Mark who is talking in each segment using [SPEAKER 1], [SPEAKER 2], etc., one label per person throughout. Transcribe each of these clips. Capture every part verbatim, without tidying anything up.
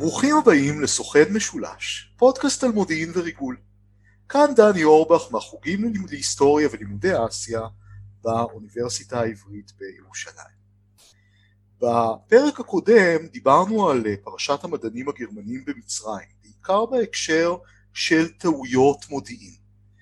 [SPEAKER 1] ברוכים הבאים לסוכן משולש, פודקאסט על מודיעין וריגול. כאן דני אורבך מהחוגים להיסטוריה ולימודי אסיה באוניברסיטה העברית בירושלים. בפרק הקודם דיברנו על פרשת המדענים הגרמנים במצרים, בעיקר בהקשר של טעויות מודיעין.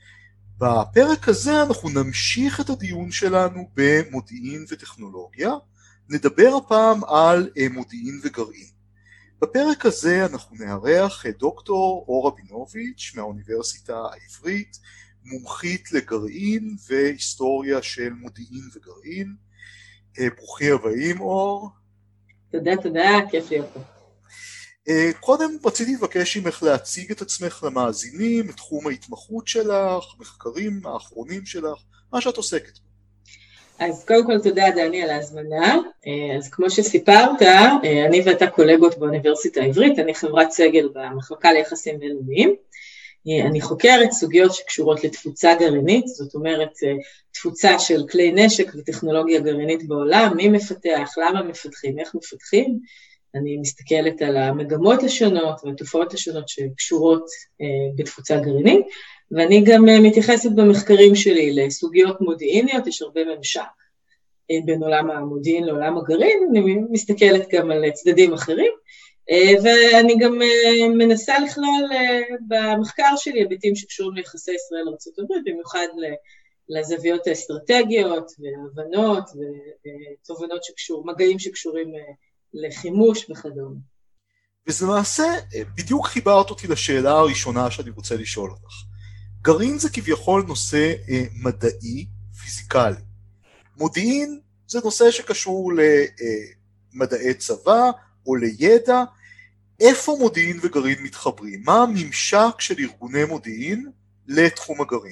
[SPEAKER 1] בפרק הזה אנחנו נמשיך את הדיון שלנו במודיעין וטכנולוגיה, נדבר הפעם על מודיעין וגרעין. בפרק הזה אנחנו נארח את דוקטור אור רבינוביץ' מהאוניברסיטה העברית, מומחית לגרעין והיסטוריה של מודיעין וגרעין. ברוכים הבאים אור.
[SPEAKER 2] תודה, תודה, כיף להיות פה.
[SPEAKER 1] קודם רציתי לבקש ממך להציג את עצמך למאזינים, את תחום ההתמחות שלך, מחקרים האחרונים שלך, מה שאת עוסקת בו.
[SPEAKER 2] אז קודם כל תודה דני על ההזמנה. אז כמו שסיפרת, אני ואתה קולגות באוניברסיטה העברית, אני חברת סגל במחלקה ליחסים בינלאומיים. אני חוקרת סוגיות שקשורות לתפוצה גרעינית, זאת אומרת תפוצה של כלי נשק וטכנולוגיה גרעינית בעולם, מי מפתח, למה מפתחים, איך מפתחים. אני מסתכלת על המגמות השונות והתופעות השונות שקשורות בתפוצה גרעינית, ואני גם מתייחסת במחקרים שלי לסוגיות מודיעיניות, יש הרבה ממשק בין עולם המודיעין לעולם הגרעין, אני מסתכלת גם על צדדים אחרים, ואני גם מנסה לכלול במחקר שלי היבטים שקשורים ליחסי ישראל לארצות הברית, במיוחד לזוויות האסטרטגיות והבנות ותובנות שקשור, מגעים שקשורים לחימוש וכדומה.
[SPEAKER 1] וזה למעשה, בדיוק חיברת אותי לשאלה הראשונה שאני רוצה לשאול אותך. גרעין זה כביכול נושא אה, מדעי, פיזיקלי. מודיעין זה נושא שקשור למדעי צבא או לידע. איפה מודיעין וגרעין מתחברים? מה הממשק של ארגוני מודיעין לתחום הגרעין?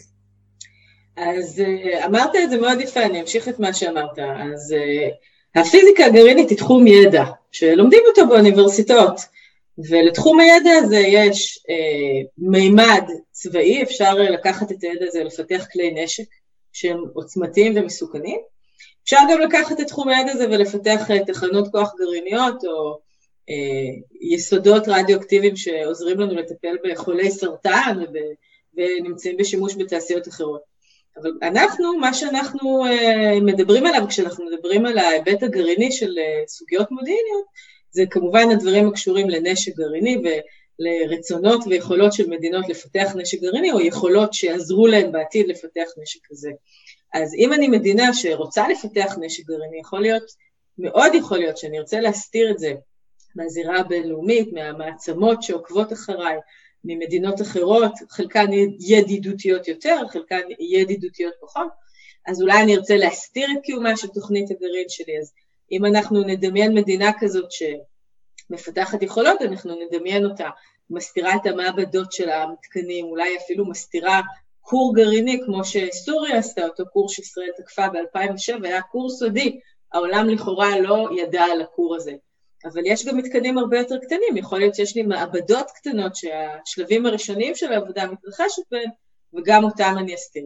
[SPEAKER 2] אז אמרת את זה מאוד יפה, אני אמשיך את מה שאמרת. אז הפיזיקה הגרעינית היא תחום ידע, שלומדים אותו באוניברסיטאות. ולתחום הידע הזה יש אה, מימד צבאי, אפשר לקחת את הידע הזה לפתח כלי נשק שהם עוצמתיים ומסוכנים. אפשר גם לקחת את תחום הידע הזה ולפתח תחנות כוח גרעיניות או אה, יסודות רדיואקטיביים שעוזרים לנו לטפל בחולי סרטן ונמצאים בשימוש בתעשיות אחרות. אבל אנחנו, מה שאנחנו אה, מדברים עליו כשאנחנו מדברים על ההיבט הגרעיני של אה, סוגיות מודיעיניות, זה כמובן הדברים הקשורים לנשק גרעיני ולרצונות ויכולות של מדינות לפתח נשק גרעיני, או יכולות שיעזרו להן בעתיד לפתח נשק כזה. אז אם אני מדינה שרוצה לפתח נשק גרעיני, יכול להיות, מאוד יכול להיות שאני ארצה להסתיר את זה מהזירה הבינלאומית, מהמעצמות שעוקבות אחריי, ממדינות אחרות, חלקן ידידותיות יותר, חלקן ידידותיות פחות, אז אולי אני ארצה להסתיר את קיומה של תוכנית הגרעין שלי, אז אם אנחנו נדמיין מדינה כזאת שמפתחת יכולות, אנחנו נדמיין אותה, מסתירה את המעבדות של המתקנים, אולי אפילו מסתירה קור גרעיני, כמו שסוריה עשתה, אותו קור שישראל תקפה ב-אלפיים ושבע, היה קור סודי, העולם לכאורה לא ידע על הקור הזה. אבל יש גם מתקנים הרבה יותר קטנים, יכול להיות שיש לי מעבדות קטנות שהשלבים הראשונים של העבודה מתרחשת בהן, וגם אותם אני אסתיר.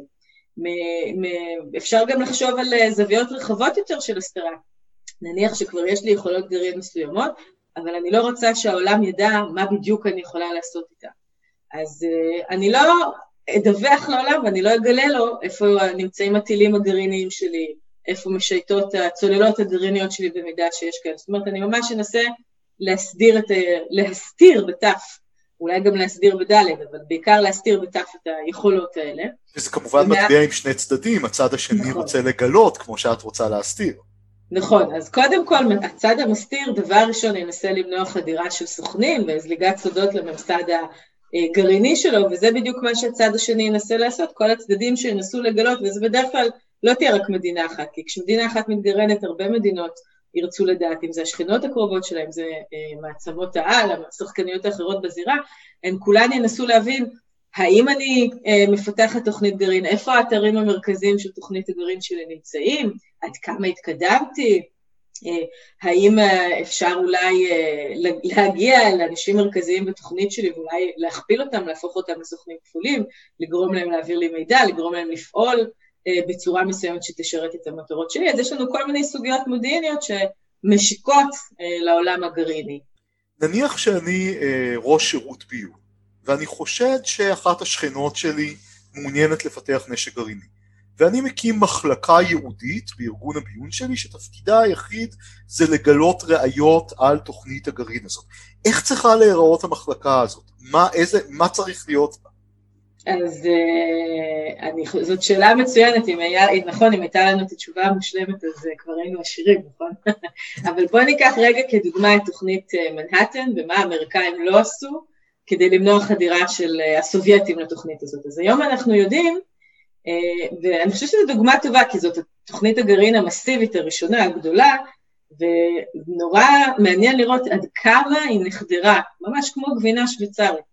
[SPEAKER 2] אפשר גם לחשוב על זוויות רחבות יותר של הסתרה. נניח שכבר יש לי יכולות גרעין מסוימות, אבל אני לא רוצה שהעולם ידע מה בדיוק אני יכולה לעשות איתה. אז uh, אני לא אדווח לעולם ואני לא אגלה לו איפה נמצאים הטילים הגרעיניים שלי, איפה משייטות הצוללות הגרעיניות שלי במידה שיש כאלה. זאת אומרת, אני ממש אנסה להסדיר את, להסתיר בתף, אולי גם להסדיר בדלת, אבל בעיקר להסתיר בתף את היכולות האלה.
[SPEAKER 1] וזה כמובן ומה... מטבע עם שני צדדים, הצד השני נכון. רוצה לגלות כמו שאת רוצה להסתיר.
[SPEAKER 2] נכון, אז קודם כל, הצד המסתיר, דבר ראשון, ינסה למנוע חדירה של סוכנים, וזליגת סודות לממסד הגרעיני שלו, וזה בדיוק מה שהצד השני ינסה לעשות, כל הצדדים שינסו לגלות, וזה בדרך כלל לא תהיה רק מדינה אחת, כי כשמדינה אחת מתגרענת, הרבה מדינות ירצו לדעת, אם זה השכנות הקרובות שלהם, זה מעצמות העל, השחקניות האחרות בזירה, הן כולן ינסו להבין, האם אני uh, מפתחת תוכנית גרעין, איפה האתרים המרכזיים של תוכנית הגרעין שלי נמצאים, עד כמה התקדמתי, uh, האם uh, אפשר אולי uh, להגיע לאנשים מרכזיים בתוכנית שלי, ואולי להכפיל אותם, להפוך אותם לסוכנים כפולים, לגרום להם להעביר לי מידע, לגרום להם לפעול uh, בצורה מסוימת שתשרת את המטרות שלי, אז יש לנו כל מיני סוגיות מודיעיניות שמשיקות uh, לעולם הגרעיני.
[SPEAKER 1] נניח שאני אה, ראש שירות ביון, ואני חושד שאחת השכנות שלי מעוניינת לפתח נשק גרעיני, ואני מקים מחלקה ייעודית בארגון הביון שלי, שתפקידה היחיד זה לגלות ראיות על תוכנית הגרעין הזאת. איך צריכה להיראות המחלקה הזאת? מה, איזה, מה צריך להיות בה?
[SPEAKER 2] אז אני, זאת שאלה מצוינת, אם היה, נכון, אם הייתה לנו את התשובה המושלמת, אז כבר היינו עשירים, נכון? אבל בואו ניקח רגע כדוגמה את תוכנית מנהטן, ומה האמריקאים לא עשו, כדי למנוע חדירה של הסובייטים לתוכנית הזאת. אז היום אנחנו יודעים, ואני חושבת שזו דוגמה טובה, כי זאת תוכנית הגרעין המסיבית הראשונה, הגדולה, ונורא מעניין לראות עד כמה היא נחדרה, ממש כמו גבינה שוויצרית.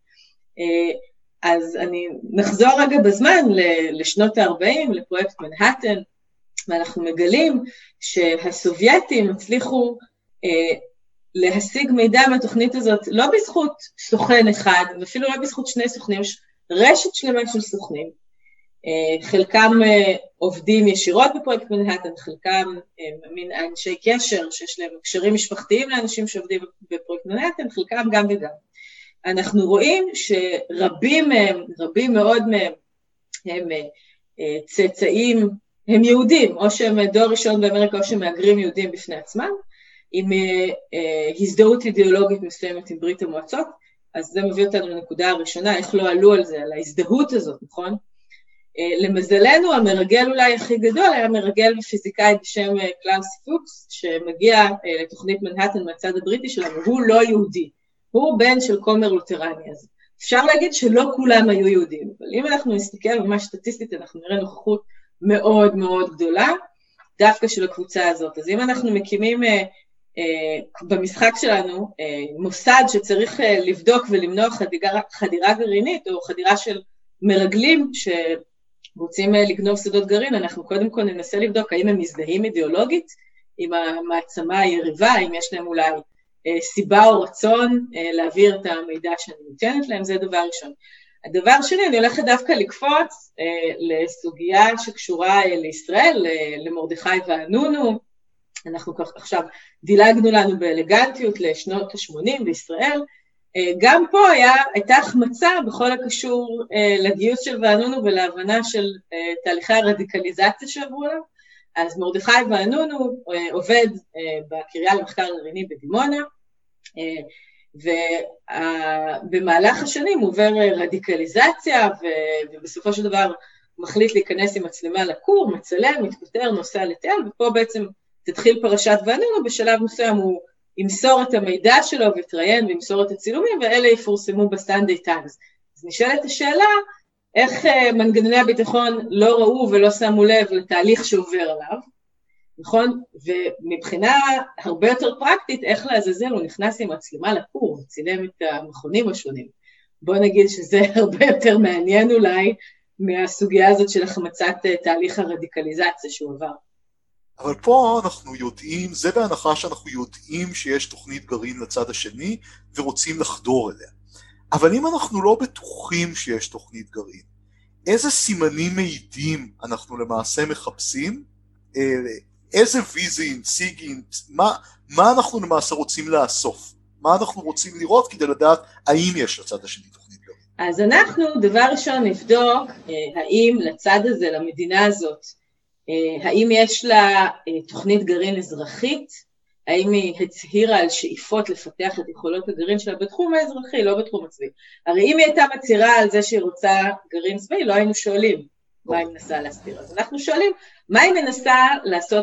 [SPEAKER 2] אז אני נחזור רגע בזמן לשנות ה-ארבעים, לפרויקט מנהטן, ואנחנו מגלים שהסובייטים הצליחו אה, להשיג מידע מהתוכנית הזאת, לא בזכות סוכן אחד, ואפילו לא בזכות שני סוכנים, רשת שלמה של סוכנים, אה, חלקם אה, עובדים ישירות בפרויקט מנהטן, חלקם אה, מין אנשי קשר, שיש להם קשרים משפחתיים לאנשים שעובדים בפרויקט מנהטן, חלקם גם וגם. אנחנו רואים שרבים מהם, רבים מאוד מהם, הם צאצאים, הם יהודים, או שהם דור ראשון באמריקה, או שהם מהגרים יהודים בפני עצמם, עם הזדהות אידיאולוגית מסוימת עם ברית המועצות, אז זה מביא אותנו לנקודה הראשונה, איך לא עלו על זה, על ההזדהות הזאת, נכון? למזלנו, המרגל אולי הכי גדול, היה מרגל פיזיקאי בשם קלאוס פוקס, שמגיע לתוכנית מנהטן מהצד הבריטי שלנו, הוא לא יהודי. הוא בן של כומר לותרני, אז אפשר להגיד שלא כולם היו יהודים, אבל אם אנחנו נסתכל ממש סטטיסטית, אנחנו נראה נוכחות מאוד מאוד גדולה, דווקא של הקבוצה הזאת. אז אם אנחנו מקימים אה, אה, במשחק שלנו אה, מוסד שצריך אה, לבדוק ולמנוע חדירה, חדירה גרעינית, או חדירה של מרגלים שרוצים אה, לגנוב שדות גרעין, אנחנו קודם כל ננסה לבדוק האם הם מזדהים אידיאולוגית, עם המעצמה היריבה, אם יש להם אולי סיבה או רצון להעביר את המידע שאני נותנת להם, זה דבר ראשון. הדבר שני, אני הולכת דווקא לקפוץ לסוגיה שקשורה לישראל, למרדכי ואנונו, אנחנו עכשיו דילגנו לנו באלגנטיות לשנות ה-שמונים בישראל, גם פה היה, הייתה החמצה בכל הקשור לגיוס של ואנונו ולהבנה של תהליכי הרדיקליזציה שעברו עליו, אז מרדכי ואנונו עובד בקריה למחקר גרעיני בדימונה, ובמהלך השנים הוא עובר רדיקליזציה, ובסופו של דבר מחליט להיכנס עם מצלמה לקור, מצלם, מתפטר, נוסע לטייל, ופה בעצם תתחיל פרשת ואנונו, בשלב מסוים הוא ימסור את המידע שלו ויתראיין וימסור את הצילומים, ואלה יפורסמו בסטנדיי טיימס. אז נשאלת השאלה, איך מנגנוני הביטחון לא ראו ולא שמו לב לתהליך שעובר עליו, נכון? ומבחינה הרבה יותר פרקטית, איך לעזאזל הוא נכנס עם מצלמה לקור, צילם את המכונים השונים. בוא נגיד שזה הרבה יותר מעניין אולי, מהסוגיה הזאת של החמצת תהליך הרדיקליזציה שהוא עבר.
[SPEAKER 1] אבל פה אנחנו יודעים, זה בהנחה שאנחנו יודעים שיש תוכנית גרעין לצד השני, ורוצים לחדור אליה. אבל אם אנחנו לא בטוחים שיש תוכנית גרעין, איזה סימנים מעידים אנחנו למעשה מחפשים? איזה ויזין, סיגינט, מה, מה אנחנו למעשה רוצים לאסוף? מה אנחנו רוצים לראות כדי לדעת האם יש לצד השני תוכנית גרעין?
[SPEAKER 2] אז אנחנו דבר ראשון נבדוק האם לצד הזה, למדינה הזאת, האם יש לה תוכנית גרעין אזרחית, האם היא הצהירה על שאיפות לפתח את יכולות הגרעין שלה בתחום האזרחי, לא בתחום הצבאי. הרי אם היא הייתה מצהירה על זה שהיא רוצה גרעין צבאי, לא היינו שואלים מה היא מנסה להסתיר. אז אנחנו שואלים מה היא מנסה לעשות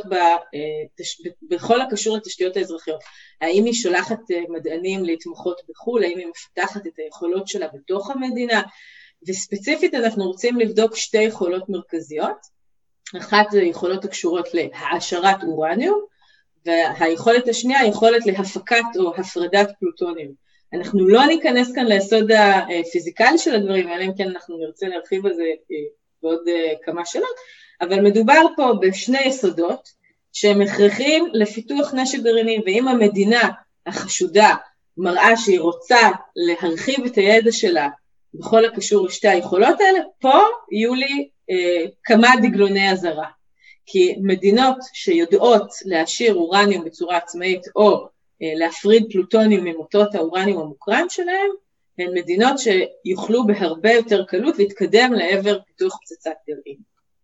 [SPEAKER 2] בכל הקשור לתשתיות האזרחיות. האם היא שולחת מדענים להתמחות בחו"ל, האם היא מפתחת את היכולות שלה בתוך המדינה, וספציפית אנחנו רוצים לבדוק שתי יכולות מרכזיות. אחת זה יכולות הקשורות להעשרת אורניום, והיכולת השנייה היא יכולת להפקת או הפרדת פלוטוניום. אנחנו לא ניכנס כאן ליסוד הפיזיקלי של הדברים, אלא אם כן אנחנו נרצה להרחיב על זה בעוד כמה שאלות, אבל מדובר פה בשני יסודות שהם הכרחים לפיתוח נשק גרעיני, ואם המדינה החשודה מראה שהיא רוצה להרחיב את הידע שלה בכל הקשור לשתי היכולות האלה, פה יהיו לי אה, כמה דגלוני הזרה. כי מדינות שיודעות להשאיר אורניום בצורה עצמאית, או להפריד פלוטוניום ממוטות האורניום המוקרן שלהם, הן מדינות שיוכלו בהרבה יותר קלות להתקדם לעבר פיתוח פצצת גרעין.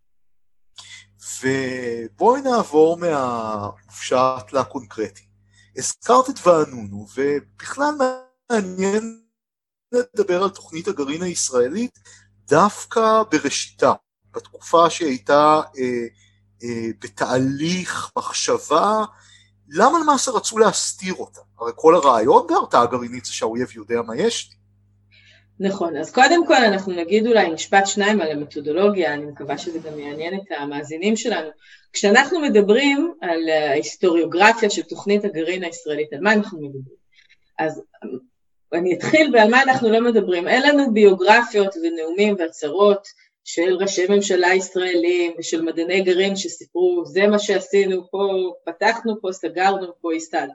[SPEAKER 1] ובואי נעבור מהמופשט לקונקרטי. הזכרת את וענונו, ובכלל מעניין לדבר על תוכנית הגרעין הישראלית דווקא בראשיתה, בתקופה שהייתה אה, אה, בתהליך מחשבה, למה למעשה רצו להסתיר אותה? הרי כל הרעיון בהרתעה גרעינית זה שהאויב יודע מה יש לי.
[SPEAKER 2] נכון, אז קודם כל אנחנו נגיד אולי משפט שניים על המתודולוגיה, אני מקווה שזה גם יעניין את המאזינים שלנו. כשאנחנו מדברים על ההיסטוריוגרפיה של תוכנית הגרעין הישראלית, על מה אנחנו מדברים? אז אני אתחיל ועל מה אנחנו לא מדברים. אין לנו ביוגרפיות ונאומים והצהרות של ראשי ממשלה ישראלים ושל מדעני גרעין שסיפרו, זה מה שעשינו פה, פתחנו פה, סגרנו פה, הסתדנו.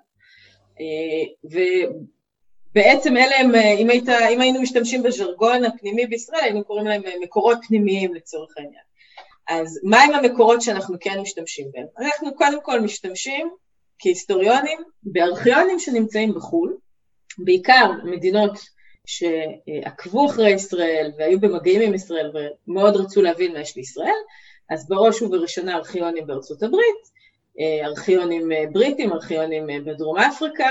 [SPEAKER 2] ובעצם אלה הם, אם, היית, אם היינו משתמשים בז'רגון הפנימי בישראל, היינו קוראים להם מקורות פנימיים לצורך העניין. אז מה עם המקורות שאנחנו כן משתמשים בהם? אנחנו קודם כל משתמשים כהיסטוריונים בארכיונים שנמצאים בחו"ל, בעיקר מדינות שעקבו אחרי ישראל והיו במגעים עם ישראל ומאוד רצו להבין מה יש לישראל, אז בראש ובראשונה ארכיונים בארצות הברית, ארכיונים בריטים, ארכיונים בדרום אפריקה,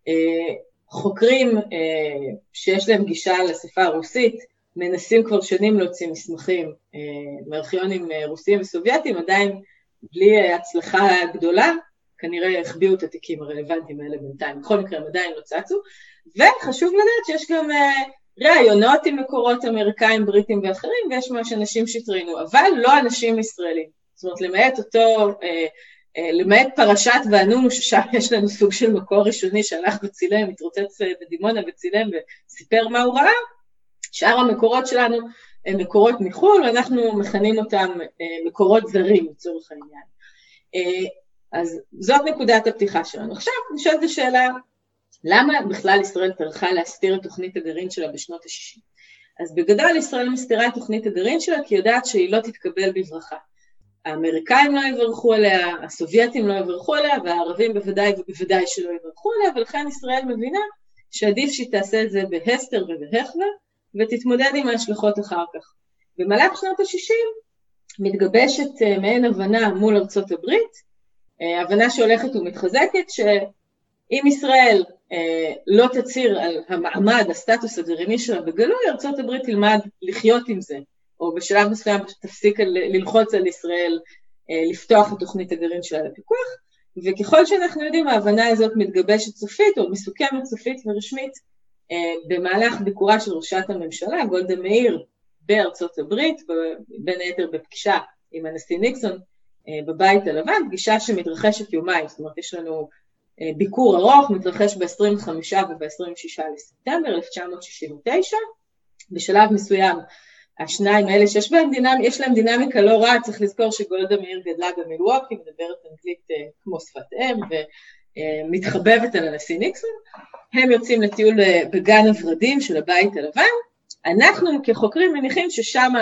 [SPEAKER 2] חוקרים שיש להם גישה לשפה הרוסית, מנסים כבר שנים להוציא מסמכים מארכיונים רוסיים וסובייטיים, עדיין בלי הצלחה גדולה, כנראה החביאו את התיקים הרלוונטיים האלה בינתיים, בכל מקרה הם עדיין לא צצו, וחשוב לדעת שיש גם רעיונות עם מקורות אמריקאים, בריטים ואחרים, ויש ממש אנשים שהתראינו, אבל לא אנשים ישראלים, זאת אומרת למעט אותו, למעט פרשת וענונו, ששם יש לנו סוג של מקור ראשוני שהלך וצילם, התרוצץ בדימונה וצילם וסיפר מה הוא ראה, שאר המקורות שלנו הם מקורות מחול, ואנחנו מכנים אותם מקורות זרים לצורך העניין. אז זאת נקודת הפתיחה שלנו. עכשיו נשאלת השאלה, למה בכלל ישראל טרחה להסתיר את תוכנית הגרעין שלה בשנות ה-שישים? אז בגדול ישראל מסתירה את תוכנית הגרעין שלה, כי יודעת שהיא לא תתקבל בברכה. האמריקאים לא יברכו עליה, הסובייטים לא יברכו עליה, והערבים בוודאי ובוודאי שלא יברכו עליה, ולכן ישראל מבינה שעדיף שהיא תעשה את זה בהסתר ובהחווה, ותתמודד עם ההשלכות אחר כך. במהלך שנות ה-שישים מתגבשת מעין הבנה מול ארצות הברית, הבנה שהולכת ומתחזקת, שאם ישראל לא תצהיר על המעמד, הסטטוס הגרעיני שלה בגלוי, ארצות הברית תלמד לחיות עם זה, או בשלב מסוים תפסיק ללחוץ על ישראל לפתוח את תוכנית הגרעין שלה לפיקוח, וככל שאנחנו יודעים, ההבנה הזאת מתגבשת סופית, או מסוכמת סופית ורשמית, במהלך ביקורה של ראשת הממשלה, גולדה מאיר בארצות הברית, בין היתר בפגישה עם הנשיא ניקסון בבית הלבן, פגישה שמתרחשת יומיים, זאת אומרת יש לנו ביקור ארוך, מתרחש ב-עשרים וחמישה וב-עשרים ושישה לספטמבר אלף תשע מאות שישים ותשע, בשלב מסוים השניים האלה שיש בהם דינמיקה, יש להם דינמיקה לא רעה, צריך לזכור שגולדה מאיר גדלה במילווקי, מדברת אנגלית כמו שפת אם ומתחבבת על הנשיא ניקסון, הם יוצאים לטיול בגן הוורדים של הבית הלבן, אנחנו כחוקרים מניחים ששם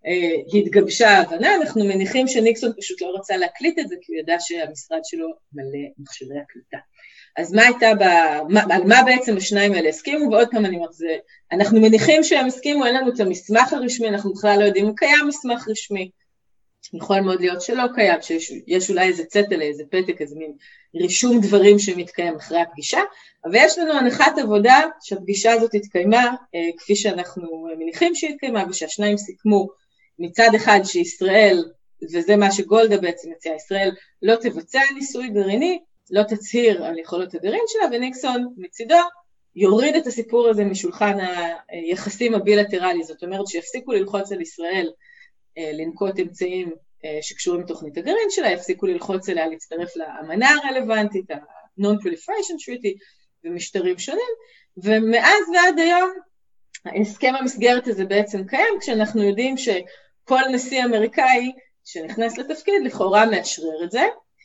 [SPEAKER 2] התגבשה ההבנה, אנחנו מניחים שניקסון פשוט לא רצה להקליט את זה, כי הוא ידע שהמשרד שלו מלא מכשירי הקליטה. אז מה הייתה, מה, על מה בעצם השניים האלה הסכימו, ועוד פעם אני אומרת, אנחנו מניחים שהם הסכימו, אין לנו את המסמך הרשמי, אנחנו בכלל לא יודעים אם קיים מסמך רשמי, יכול מאוד להיות שלא קיים, שיש אולי איזה צטל, איזה פתק, איזה מין רישום דברים שמתקיים אחרי הפגישה, אבל יש לנו הנחת עבודה שהפגישה הזאת התקיימה, כפי שאנחנו מניחים שהיא התקיימה, ושהשניים סיכמו מצד אחד שישראל, וזה מה שגולדה בעצם מציעה, ישראל לא תבצע ניסוי גרעיני, לא תצהיר על יכולות הגרעין שלה, וניקסון מצידו יוריד את הסיפור הזה משולחן היחסים הבילטרלי, זאת אומרת שיפסיקו ללחוץ על ישראל לנקוט אמצעים שקשורים לתוכנית הגרעין שלה, יפסיקו ללחוץ אליה להצטרף לאמנה הרלוונטית, ה-Non-Proliferation Treaty ומשטרים שונים, ומאז ועד היום ההסכם המסגרת הזה בעצם קיים, כשאנחנו יודעים שכל נשיא אמריקאי שנכנס לתפקיד לכאורה מאשרר את זה,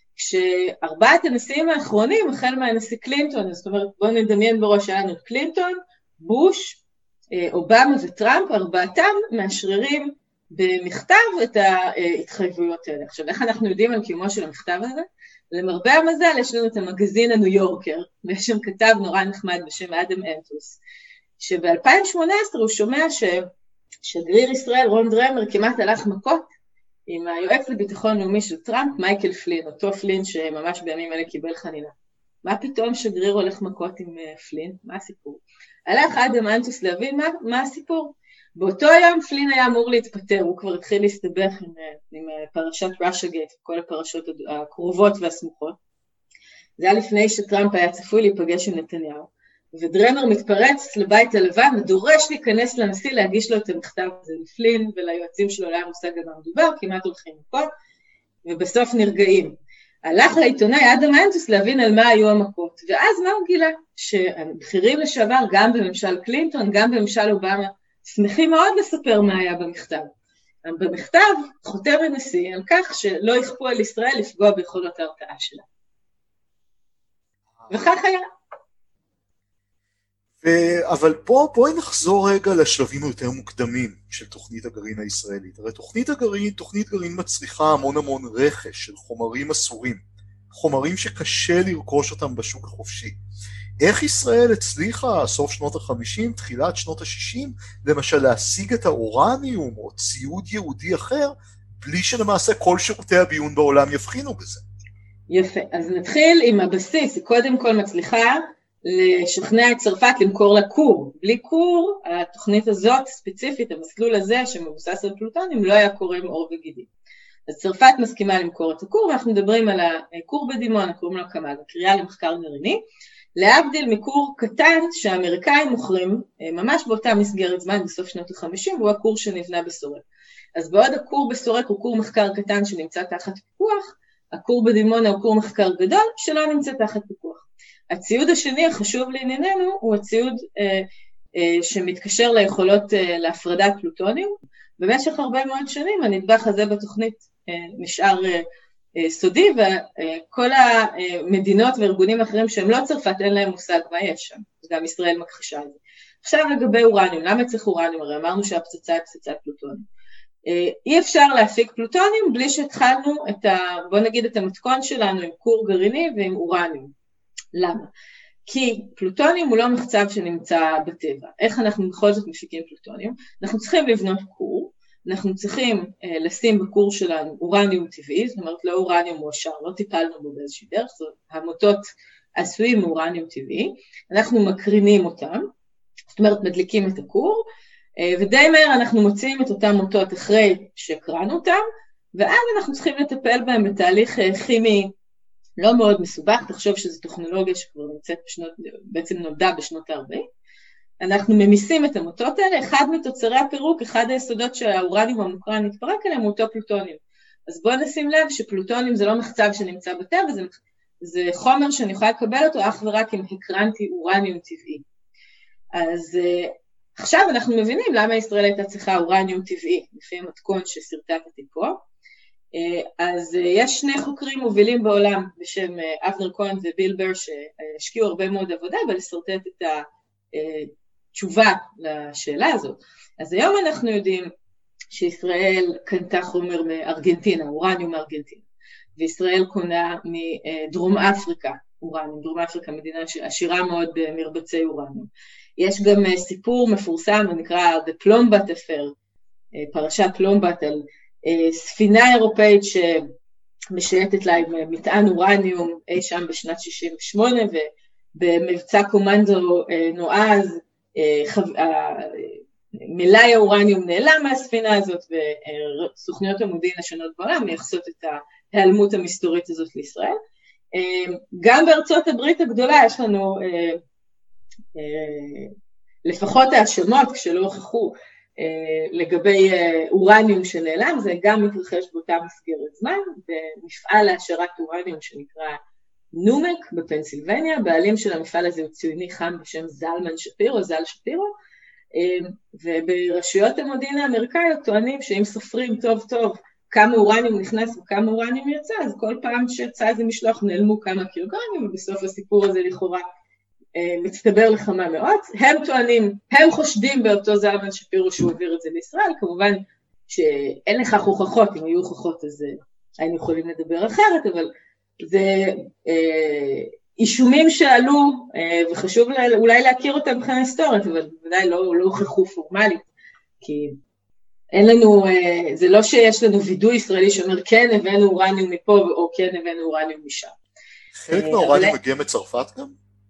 [SPEAKER 2] כשארבעת הנשיאים האחרונים, החל מהנשיא קלינטון, זאת אומרת בואו נדמיין בראש שלנו קלינטון, בוש, אובמה וטראמפ, ארבעתם מאשררים במכתב את ההתחייבויות האלה. עכשיו, איך אנחנו יודעים על קיומו של המכתב הזה? למרבה המזל יש לנו את המגזין הניו יורקר, ויש שם כתב נורא נחמד בשם אדם אנטוס, שב-אלפיים שמונה עשרה הוא שומע ששגריר ישראל רון דרמר כמעט הלך מכות עם היועץ לביטחון לאומי של טראמפ, מייקל פלין, אותו פלין שממש בימים אלה קיבל חנינה. מה פתאום שגריר הולך מכות עם פלין? מה הסיפור? הלך אדם אנטוס להבין מה, מה הסיפור. באותו יום פלין היה אמור להתפטר, הוא כבר התחיל להסתבך עם, עם פרשת ראשגייט, כל הפרשות הקרובות והסמוכות. זה היה לפני שטראמפ היה צפוי להיפגש עם נתניהו, ודרמר מתפרץ לבית הלבן ודורש להיכנס לנשיא להגיש לו את המכתב הזה לפלין, וליועצים שלו לא היה מושג על מה מדובר, כמעט הולכים מכות, ובסוף נרגעים. הלך לעיתונאי אדם אנטוס להבין על מה היו המכות, ואז מה הוא גילה? שהבכירים לשעבר, גם בממשל קלינטון, גם בממשל אובמה, שמחים מאוד לספר מה היה במכתב. במכתב חותם הנשיא על כך שלא יכפו על ישראל לפגוע ביכולות ההרתעה שלה. וכך היה.
[SPEAKER 1] אבל פה, בואי נחזור רגע לשלבים היותר מוקדמים של תוכנית הגרעין הישראלית. הרי תוכנית הגרעין, תוכנית גרעין מצריכה המון המון רכש של חומרים אסורים, חומרים שקשה לרכוש אותם בשוק החופשי. איך ישראל הצליחה, סוף שנות ה-חמישים, תחילת שנות ה-שישים, למשל להשיג את האורניום או ציוד יהודי אחר, בלי שלמעשה כל שירותי הביון בעולם יבחינו בזה?
[SPEAKER 2] יפה, אז נתחיל עם הבסיס. קודם כל מצליחה לשכנע את צרפת למכור לה קור. בלי קור, התוכנית הזאת ספציפית, המסלול הזה שמבוסס על פלוטונים, לא היה קורם עור וגידים. אז צרפת מסכימה למכור את הקור, ואנחנו מדברים על הקור בדימונה, קוראים לו קמ"ג, הקריאה למחקר גרעיני, להבדיל מקור קטן שהאמריקאים מוכרים ממש באותה מסגרת זמן בסוף שנות ה-חמישים, והוא הקור שנבנה בסורק. אז בעוד הקור בסורק הוא קור מחקר קטן שנמצא תחת פיקוח, הקור בדימונה הוא קור מחקר גדול שלא נמצא תחת פיקוח. הציוד השני החשוב לענייננו הוא הציוד אה, אה, שמתקשר ליכולות אה, להפרדת פלוטוניום. במשך הרבה מאוד שנים הנדבך הזה בתוכנית אה, נשאר אה, אה, סודי, וכל המדינות וארגונים אחרים שהם לא צרפת אין להם מושג מה יש שם, גם ישראל מכחישה את זה. עכשיו לגבי אורניום, למה צריך אורניום? הרי אמרנו שהפצצה היא פצצת פלוטוניום. אה, אי אפשר להפיק פלוטוניום בלי שהתחלנו את ה, בוא נגיד את המתכון שלנו עם קור גרעיני ועם אורניום. למה? כי פלוטוניום הוא לא מחצב שנמצא בטבע. איך אנחנו בכל זאת מפיקים פלוטוניום? אנחנו צריכים לבנות קור, אנחנו צריכים אה, לשים בקור שלנו אורניום טבעי, זאת אומרת לא אורניום מועשר, לא טיפלנו בו באיזושהי דרך, זאת המוטות עשויים מאורניום טבעי, אנחנו מקרינים אותם, זאת אומרת מדליקים את הקור, אה, ודי מהר אנחנו מוצאים את אותם מוטות אחרי שהקרנו אותם, ואז אנחנו צריכים לטפל בהם בתהליך אה, כימי, לא מאוד מסובך, תחשוב שזו טכנולוגיה שכבר נמצאת בשנות, בעצם נולדה בשנות ה-ארבעים, אנחנו ממיסים את המוטות האלה, אחד מתוצרי הפירוק, אחד היסודות שהאורניום המוקרן מתפרק עליהם הוא אותו פלוטוניום. אז בואו נשים לב שפלוטוניום זה לא מחצב שנמצא בטבע, זה, זה חומר שאני יכולה לקבל אותו אך ורק אם הקרנתי אורניום טבעי. אז uh, עכשיו אנחנו מבינים למה ישראל הייתה צריכה אורניום טבעי, לפי המתכון שסרטטתי פה. אז יש שני חוקרים מובילים בעולם בשם אבנר כהן וביל בר שהשקיעו הרבה מאוד עבודה ולסרטט את התשובה לשאלה הזאת. אז היום אנחנו יודעים שישראל קנתה חומר מארגנטינה, אורניום מארגנטינה, וישראל קונה מדרום אפריקה אורניום, דרום אפריקה מדינה עשירה מאוד במרבצי אורניום. יש גם סיפור מפורסם ונקרא The Plombat Affair, פרשת פלומבט על ספינה אירופאית שמשייטת לה עם מטען אורניום אי שם בשנת שישים ושמונה, ובמבצע קומנדו נועז מלאי האורניום נעלם מהספינה הזאת, וסוכניות המודיעין השונות בעולם מייחסות את ההיעלמות המסתורית הזאת לישראל. גם בארצות הברית הגדולה יש לנו לפחות האשמות כשלא הוכחו לגבי אורניום שנעלם, זה גם מתרחש באותה מסגרת זמן, במפעל להשארת אורניום שנקרא נומק בפנסילבניה, בעלים של המפעל הזה הוא ציוני חם בשם זלמן שפירו, זל שפירו, וברשויות המודיעין האמריקאיות טוענים שאם סופרים טוב טוב כמה אורניום נכנס וכמה אורניום יצא, אז כל פעם שיצא איזה משלוח נעלמו כמה קילוגרמים, ובסוף הסיפור הזה לכאורה מצטבר לכמה מאות. הם טוענים, הם חושדים באותו זלמן שפירו שהוא העביר את זה לישראל, כמובן שאין לכך הוכחות, אם היו הוכחות אז היינו יכולים לדבר אחרת, אבל זה אישומים שעלו, וחשוב אולי להכיר אותם מבחינה היסטורית, אבל ודאי לא, לא הוכחו פורמלית, כי אין לנו, זה לא שיש לנו וידוי ישראלי שאומר כן הבאנו אורניום מפה, או כן הבאנו אורניום משם.
[SPEAKER 1] חלק מהאורניום מגיע מצרפת גם?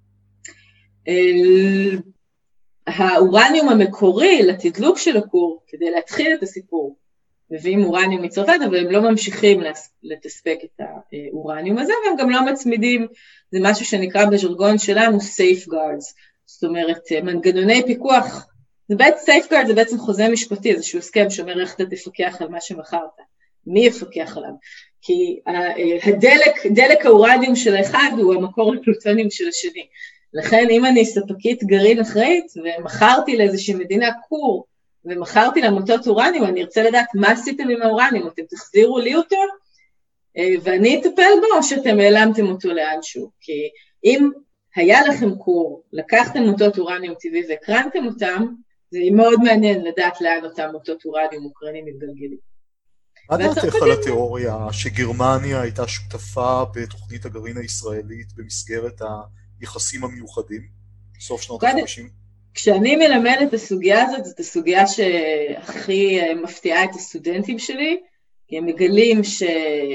[SPEAKER 2] האורניום המקורי לתדלוק של הכור, כדי להתחיל את הסיפור, מביאים אורניום מצרפת, אבל הם לא ממשיכים לתספק את האורניום הזה, והם גם לא מצמידים, זה משהו שנקרא בז'רגון שלנו safeguards, זאת אומרת, מנגנוני פיקוח, זה בעצם safeguard, זה בעצם חוזה משפטי, איזשהו הסכם שאומר איך אתה תפקח על מה שמכרת, מי יפקח עליו, כי הדלק, דלק האורניום של האחד הוא המקור לפלוטוניום של השני, לכן אם אני ספקית גרעין אחראית, ומכרתי לאיזושהי מדינה כור, ומכרתי לעמותות אורניום, אני ארצה לדעת מה עשיתם עם האורניום, אתם תחזירו לי אותו, ואני אטפל בו, או שאתם העלמתם אותו לאנשהו, כי אם היה לכם כור, לקחתם מוטות אורניום טבעי והקרנתם אותם, זה מאוד מעניין לדעת לאן אותם מוטות אורניום אוקראינים מתגלגלים.
[SPEAKER 1] מה דעתך על התיאוריה שגרמניה הייתה שותפה בתוכנית הגרעין הישראלית במסגרת היחסים המיוחדים, סוף שנות ה-חמישים?
[SPEAKER 2] כשאני מלמד את הסוגיה הזאת, זאת הסוגיה שהכי מפתיעה את הסטודנטים שלי, כי הם מגלים ש...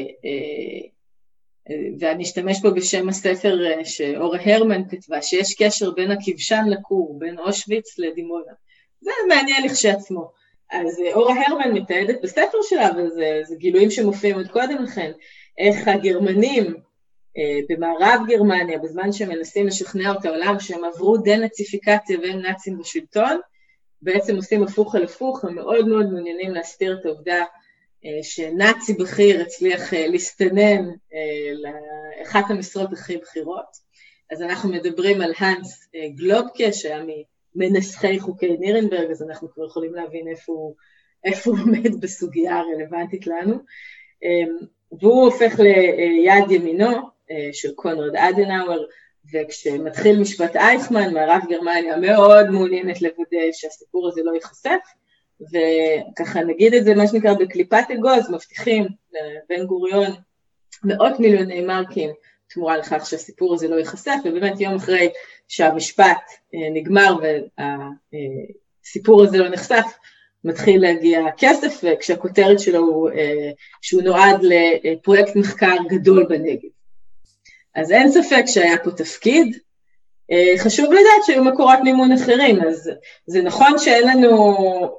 [SPEAKER 2] ואני אשתמש פה בשם הספר שאורה הרמן כתבה, שיש קשר בין הכבשן לכור, בין אושוויץ לדימונה. זה מעניין לכשעצמו. אז אורה הרמן מתעדת בספר שלה, וזה זה גילויים שמופיעים עוד קודם לכן, איך הגרמנים במערב גרמניה, בזמן שהם מנסים לשכנע את העולם שהם עברו דנאציפיקציה והם נאצים בשלטון, בעצם עושים הפוך על הפוך, הם מאוד מאוד מעוניינים להסתיר את העובדה שנאצי בכיר הצליח להסתנן לאחת המשרות הכי בכירות. אז אנחנו מדברים על הנס גלובקה, שהיה מנסחי חוקי נירנברג, אז אנחנו כבר יכולים להבין איפה הוא, איפה הוא עומד בסוגיה הרלוונטית לנו. והוא הופך ליד ימינו של קונרד אדנאואר, וכשמתחיל משפט אייכמן, מערב גרמניה מאוד מעוניינת לוודא שהסיפור הזה לא ייחשף, וככה נגיד את זה מה שנקרא בקליפת אגוז, מבטיחים לבן גוריון מאות מיליוני מרקים תמורה לכך שהסיפור הזה לא ייחשף, ובאמת יום אחרי שהמשפט נגמר והסיפור הזה לא נחשף, מתחיל להגיע כסף, וכשהכותרת שלו הוא שהוא נועד לפרויקט מחקר גדול בנגב. אז אין ספק שהיה פה תפקיד, חשוב לדעת שהיו מקורות מימון אחרים, אז זה נכון שאין לנו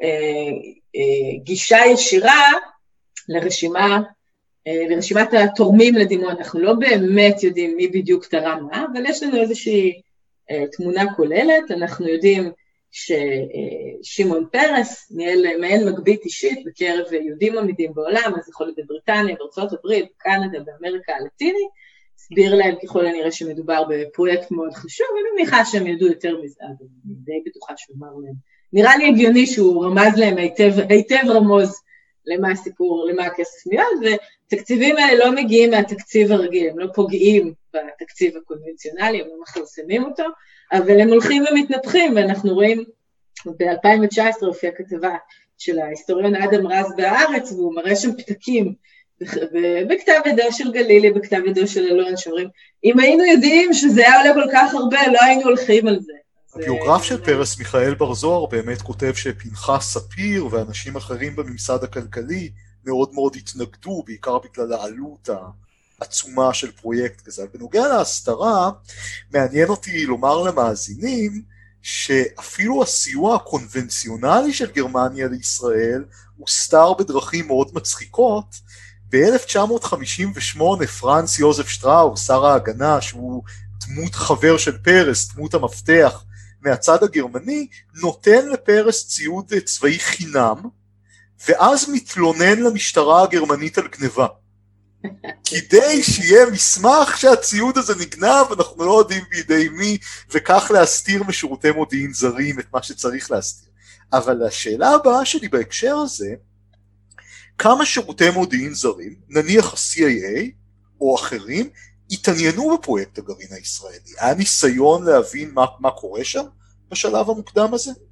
[SPEAKER 2] גישה ישירה לרשימה, לרשימת התורמים לדימון, אנחנו לא באמת יודעים מי בדיוק תרם מה, אבל יש לנו איזושהי תמונה כוללת, אנחנו יודעים ששמעון פרס ניהל מעין מגבית אישית בקרב יהודים עמידים בעולם, אז יכול להיות בבריטניה, בארצות הברית, בקנדה, באמריקה הלטינית, הסביר להם ככל הנראה שמדובר בפרויקט מאוד חשוב, ואני מניחה שהם ידעו יותר מזה, אבל אני די בטוחה שהוא אמר להם. נראה לי הגיוני שהוא רמז להם היטב, היטב רמוז למה הסיפור, למה הכסף מיועד, ותקציבים האלה לא מגיעים מהתקציב הרגיל, הם לא פוגעים בתקציב הקונבנציונלי, הם לא מחרסמים אותו, אבל הם הולכים ומתנפחים, ואנחנו רואים ב-אלפיים תשע עשרה הופיעה כתבה של ההיסטוריון אדם רז בהארץ, והוא מראה שם פתקים, בכתב ידו של גלילי, בכתב ידו של אלון, שאומרים, אם היינו יודעים שזה היה עולה כל כך הרבה, לא היינו הולכים על זה.
[SPEAKER 1] הביוגרף של פרס, מיכאל בר זוהר, באמת כותב שפנחס ספיר ואנשים אחרים בממסד הכלכלי מאוד מאוד התנגדו, בעיקר בגלל העלות העצומה של פרויקט כזה. בנוגע להסתרה, מעניין אותי לומר למאזינים, שאפילו הסיוע הקונבנציונלי של גרמניה לישראל, הוסתר בדרכים מאוד מצחיקות. ב-אלף תשע מאות חמישים ושמונה פרנץ יוזף שטראוס, שר ההגנה, שהוא דמות חבר של פרס, דמות המפתח מהצד הגרמני, נותן לפרס ציוד צבאי חינם, ואז מתלונן למשטרה הגרמנית על גניבה. כדי שיהיה מסמך שהציוד הזה נגנב, אנחנו לא יודעים בידי מי, וכך להסתיר משירותי מודיעין זרים את מה שצריך להסתיר. אבל השאלה הבאה שלי בהקשר הזה, כמה שירותי מודיעין זרים, נניח ה-סי איי איי או אחרים, התעניינו בפרויקט הגרעין הישראלי? היה ניסיון להבין מה, מה קורה שם בשלב המוקדם הזה?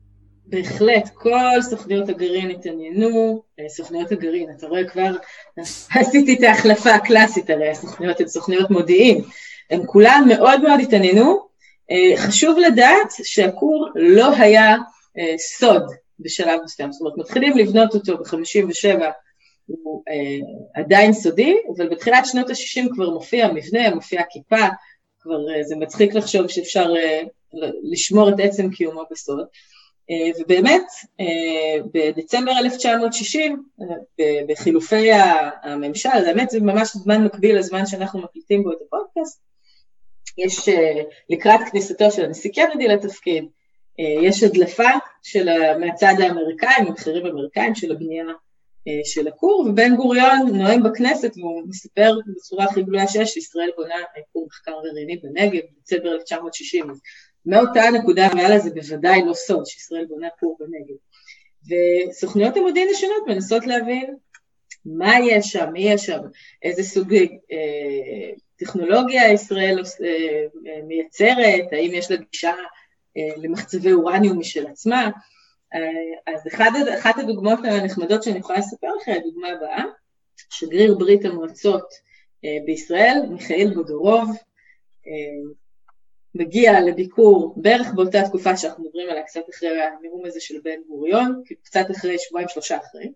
[SPEAKER 2] בהחלט, כל סוכניות הגרעין התעניינו, סוכניות הגרעין, אתה רואה כבר, עשיתי את ההחלפה הקלאסית, הרי הסוכניות הן סוכניות מודיעין, הם כולם מאוד מאוד התעניינו, חשוב לדעת שהכור לא היה סוד בשלב מסוים, זאת אומרת, מתחילים לבנות אותו ב-חמישים ושבע, הוא עדיין סודי, אבל בתחילת שנות ה-שישים כבר מופיע מבנה, מופיע כיפה, כבר זה מצחיק לחשוב שאפשר לשמור את עצם קיומו בסוד, ובאמת, בדצמבר אלף תשע מאות שישים, בחילופי הממשל, באמת זה ממש זמן מקביל לזמן שאנחנו מקליטים בו את הפודקאסט, יש לקראת כניסתו של הנשיא קנדי לתפקיד, יש הדלפה של, מהצד האמריקאים, מבחירים אמריקאים של הבנייה של הכור, ובן גוריון נואם בכנסת, והוא מספר בצורה הכי גלויה שיש, שישראל בונה כור מחקר גרעיני בנגב, בדצמבר אלף תשע מאות שישים, מאותה הנקודה ועלה זה בוודאי לא סוד, שישראל בונה כור בנגב. וסוכניות המודיעין השונות מנסות להבין מה יש שם, מי יש שם, איזה סוג אה, טכנולוגיה ישראל אה, מייצרת, האם יש לה גישה אה, למחצבי אורניום משל עצמה. אה, אז אחד, אחת הדוגמאות הנחמדות שאני יכולה לספר לכם, הדוגמה הבאה, שגריר ברית המועצות אה, בישראל, מיכאיל בודורוב, אה, מגיע לביקור בערך באותה תקופה שאנחנו מדברים עליה, קצת אחרי הנאום הזה של בן גוריון, קצת אחרי שבועיים שלושה אחרי.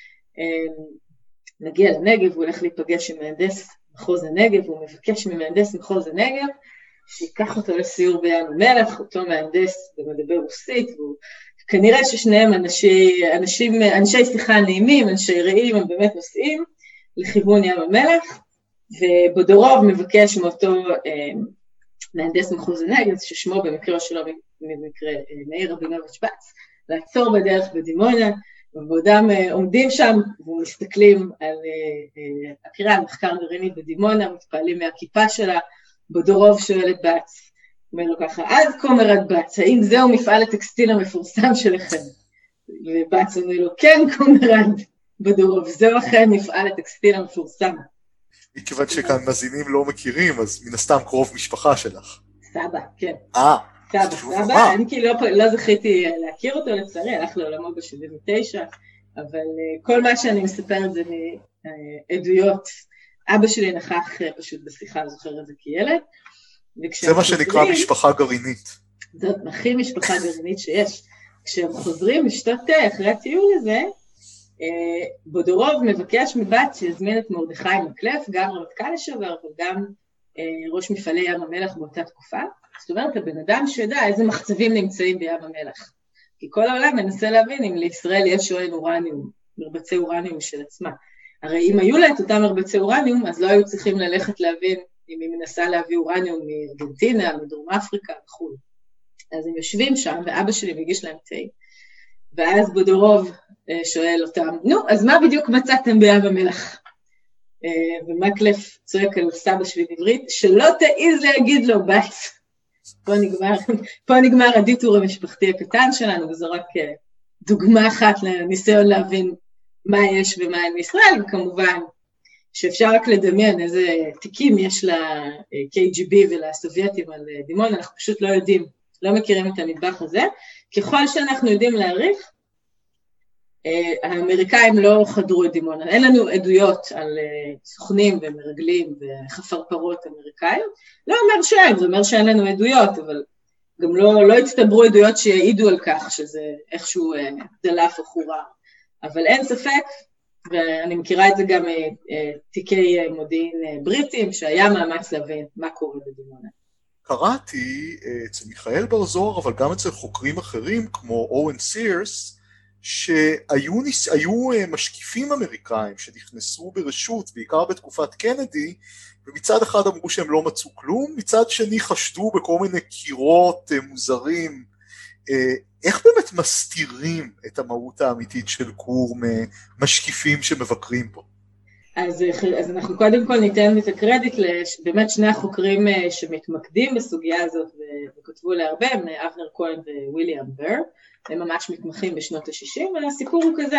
[SPEAKER 2] נגיע לנגב, הוא הולך להיפגש עם מהנדס מחוז הנגב, הוא מבקש ממהנדס מחוז הנגב, שיקח אותו לסיור בים המלח, אותו מהנדס ומדבר רוסית, וכנראה ששניהם אנשי, אנשים, אנשי שיחה נעימים, אנשי רעים, הם באמת נוסעים לכיוון ים המלח, ובודורוב מבקש מאותו מהנדס מחוז הנגב, ששמו במקרה שלו, במקרה מאיר רבינוביץ' בץ, לעצור בדרך בדימונה, ובעודם עומדים שם, ומסתכלים על הקריאה, המחקר גרעיני בדימונה, מתפעלים מהכיפה שלה, בודורוב שואל את בץ, אומר לו ככה, עד כה מרד בץ, האם זהו מפעל הטקסטיל המפורסם שלכם? ובץ אומר לו, כן כה מרד, בודורוב, זהו אכן מפעל הטקסטיל המפורסם.
[SPEAKER 1] מכיוון שכאן מזינים לא מכירים, אז מן הסתם קרוב משפחה שלך.
[SPEAKER 2] סבא, כן.
[SPEAKER 1] אה,
[SPEAKER 2] סבא, סבא, אני כאילו לא, לא זכיתי להכיר אותו לצערי, הלך לעולמו ב-שבעים ותשע, אבל כל מה שאני מספרת זה מעדויות. אבא שלי נכח פשוט בשיחה, זוכר את זה כילד.
[SPEAKER 1] זה מה שנקרא חוזרים, משפחה גרעינית.
[SPEAKER 2] זאת הכי משפחה גרעינית שיש. כשהם חוזרים לשתות תה אחרי הטיול הזה, בודורוב מבקש מבת שיזמין את מרדכי מקלף, גם רמטכ"ל לשעבר וגם ראש מפעלי ים המלח באותה תקופה. זאת אומרת, הבן אדם שידע איזה מחצבים נמצאים בים המלח. כי כל העולם מנסה להבין אם לישראל יש או אין אורניום, מרבצי אורניום של עצמה. הרי אם היו לה את אותם מרבצי אורניום, אז לא היו צריכים ללכת להבין אם היא מנסה להביא אורניום מארגנטינה, מדרום אפריקה וכו'. אז הם יושבים שם, ואבא שלי מגיש להם תה, ואז בודורוב שואל אותם, נו, אז מה בדיוק מצאתם בים המלח? ומקלף צועק על סבא שלי בעברית, שלא תעיז להגיד לו בת. פה נגמר, פה נגמר הדיטור המשפחתי הקטן שלנו, וזו רק דוגמה אחת לניסיון להבין מה יש ומה אין בישראל, וכמובן שאפשר רק לדמיין איזה תיקים יש ל-קיי ג'י בי ולסובייטים על דימונה, אנחנו פשוט לא יודעים, לא מכירים את המטבח הזה, ככל שאנחנו יודעים להעריך, האמריקאים לא חדרו את דימונה, אין לנו עדויות על סוכנים ומרגלים וחפרפרות אמריקאיות, לא אומר שאין, זה אומר שאין לנו עדויות, אבל גם לא, לא הצטברו עדויות שיעידו על כך שזה איכשהו דלף או חורה, אבל אין ספק, ואני מכירה את זה גם תיקי מודיעין בריטים, שהיה מאמץ להבין מה קורה בדימונה.
[SPEAKER 1] קראתי אצל מיכאל בר זוהר, אבל גם אצל חוקרים אחרים כמו אוון סירס, שהיו ניס... היו משקיפים אמריקאים שנכנסו ברשות, בעיקר בתקופת קנדי, ומצד אחד אמרו שהם לא מצאו כלום, מצד שני חשדו בכל מיני קירות מוזרים. איך באמת מסתירים את המהות האמיתית של כור ממשקיפים שמבקרים פה?
[SPEAKER 2] אז, אז אנחנו קודם כל ניתן את הקרדיט לבאמת שני החוקרים שמתמקדים בסוגיה הזאת וכתבו להרבה, הם אבנר כהן וויליאם בר, הם ממש מתמחים בשנות ה-שישים, והסיפור הוא כזה,